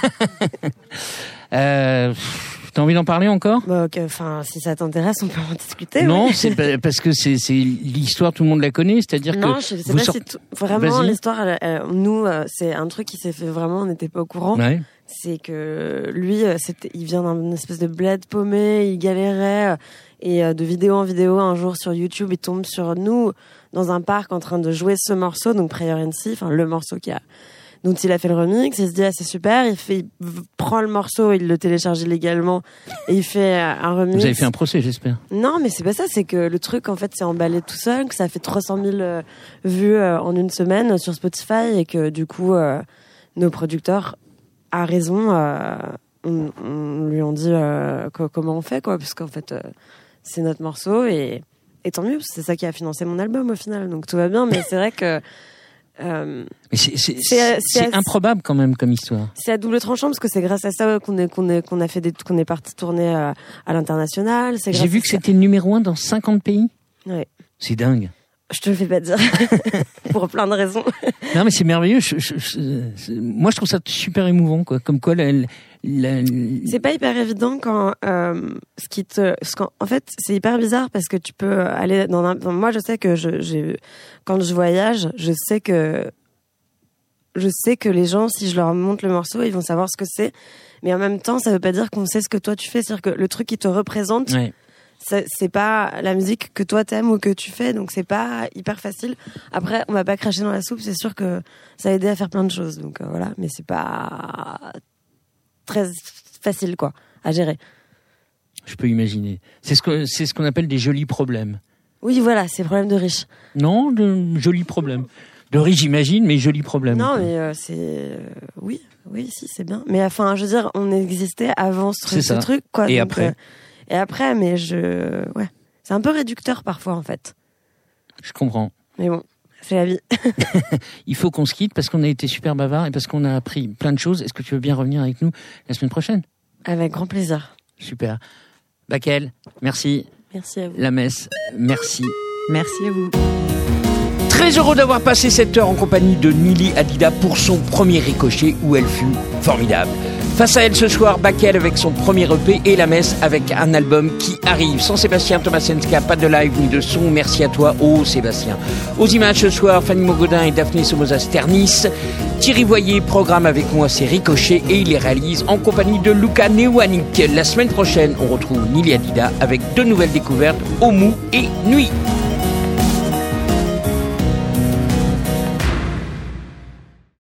Speaker 1: euh, T'as envie d'en parler encore?
Speaker 2: Bah ok, enfin, si ça t'intéresse, on peut en discuter.
Speaker 1: Non,
Speaker 2: oui.
Speaker 1: c'est parce que c'est c'est l'histoire, tout le monde la connaît, c'est-à-dire
Speaker 2: non,
Speaker 1: que
Speaker 2: je sais
Speaker 1: vous
Speaker 2: pas
Speaker 1: sort...
Speaker 2: si tout... vraiment l'histoire. Elle, elle, nous, euh, c'est un truc qui s'est fait vraiment, on n'était pas au courant.
Speaker 1: Ouais.
Speaker 2: C'est que lui, c'était, il vient d'une espèce de bled paumé, il galérait. Et de vidéo en vidéo, un jour sur YouTube, il tombe sur nous dans un parc en train de jouer ce morceau, donc Prayer and See, enfin le morceau qui a, dont il a fait le remix. Il se dit ah c'est super, il fait, il prend le morceau, il le télécharge illégalement et il fait un remix.
Speaker 1: Vous avez fait un procès, j'espère.
Speaker 2: Non, mais c'est pas ça, c'est que le truc en fait s'est emballé tout seul, que ça a fait trois cent mille euh, vues euh, en une semaine sur Spotify et que du coup euh, nos producteurs, à raison, euh, on, on lui ont dit euh, quoi, comment on fait quoi, parce qu'en fait. Euh, c'est notre morceau et, et tant mieux, c'est ça qui a financé mon album au final, donc tout va bien, mais c'est vrai que... Euh,
Speaker 1: mais c'est, c'est, c'est, c'est, c'est improbable quand même comme histoire.
Speaker 2: C'est à double tranchant parce que c'est grâce à ça qu'on est, qu'on est, qu'on a fait des, qu'on est parti tourner à, à l'international. C'est
Speaker 1: J'ai vu que
Speaker 2: ça.
Speaker 1: C'était numéro un dans cinquante pays.
Speaker 2: Ouais.
Speaker 1: C'est dingue.
Speaker 2: Je te le fais pas dire. Pour plein de raisons.
Speaker 1: Non, mais c'est merveilleux. Je, je, je, moi, je trouve ça super émouvant, quoi. Comme quoi, la, la, la...
Speaker 2: c'est pas hyper évident quand, euh, ce qui te, ce qu'en, en fait, c'est hyper bizarre parce que tu peux aller dans un, moi, je sais que je, j'ai, quand je voyage, je sais que, je sais que les gens, si je leur montre le morceau, ils vont savoir ce que c'est. Mais en même temps, ça veut pas dire qu'on sait ce que toi tu fais. C'est-à-dire que le truc qui te représente,
Speaker 1: ouais.
Speaker 2: C'est, c'est pas la musique que toi t'aimes ou que tu fais, donc c'est pas hyper facile. Après, on va pas cracher dans la soupe, c'est sûr que ça a aidé à faire plein de choses, donc euh, voilà. Mais c'est pas très facile, quoi, à gérer.
Speaker 1: Je peux imaginer. C'est ce que c'est ce qu'on appelle des jolis problèmes.
Speaker 2: Oui, voilà, c'est problème de riches.
Speaker 1: Non, de jolis problèmes. De riches, j'imagine, mais jolis problèmes.
Speaker 2: Non, mais euh, c'est euh, oui, oui, si, c'est bien. Mais enfin, je veux dire, on existait avant ce,
Speaker 1: c'est
Speaker 2: ce
Speaker 1: ça.
Speaker 2: truc, quoi.
Speaker 1: Et
Speaker 2: donc,
Speaker 1: après.
Speaker 2: Euh, Et après, mais je... Ouais. C'est un peu réducteur parfois, en fait.
Speaker 1: Je comprends.
Speaker 2: Mais bon, c'est la vie.
Speaker 1: Il faut qu'on se quitte parce qu'on a été super bavard et parce qu'on a appris plein de choses. Est-ce que tu veux bien revenir avec nous la semaine prochaine?
Speaker 2: Avec grand plaisir.
Speaker 1: Super. Bakel, merci.
Speaker 5: Merci à vous.
Speaker 1: La Messe, merci.
Speaker 8: Merci à vous.
Speaker 1: Très heureux d'avoir passé cette heure en compagnie de Nili Hadida pour son premier Ricochet où elle fut formidable. Face à elle ce soir, Bakel avec son premier E P et La Messe avec un album qui arrive. Sans Sébastien Tomasenska, pas de live ni de son. Merci à toi, oh Sébastien. Aux images ce soir, Fanny Mogodin et Daphné Somoza Sternis. Thierry Voyer programme avec moi ses Ricochets et il les réalise en compagnie de Luca Newanik. La semaine prochaine, on retrouve Nili Hadida avec deux nouvelles découvertes, Omu et Nuit.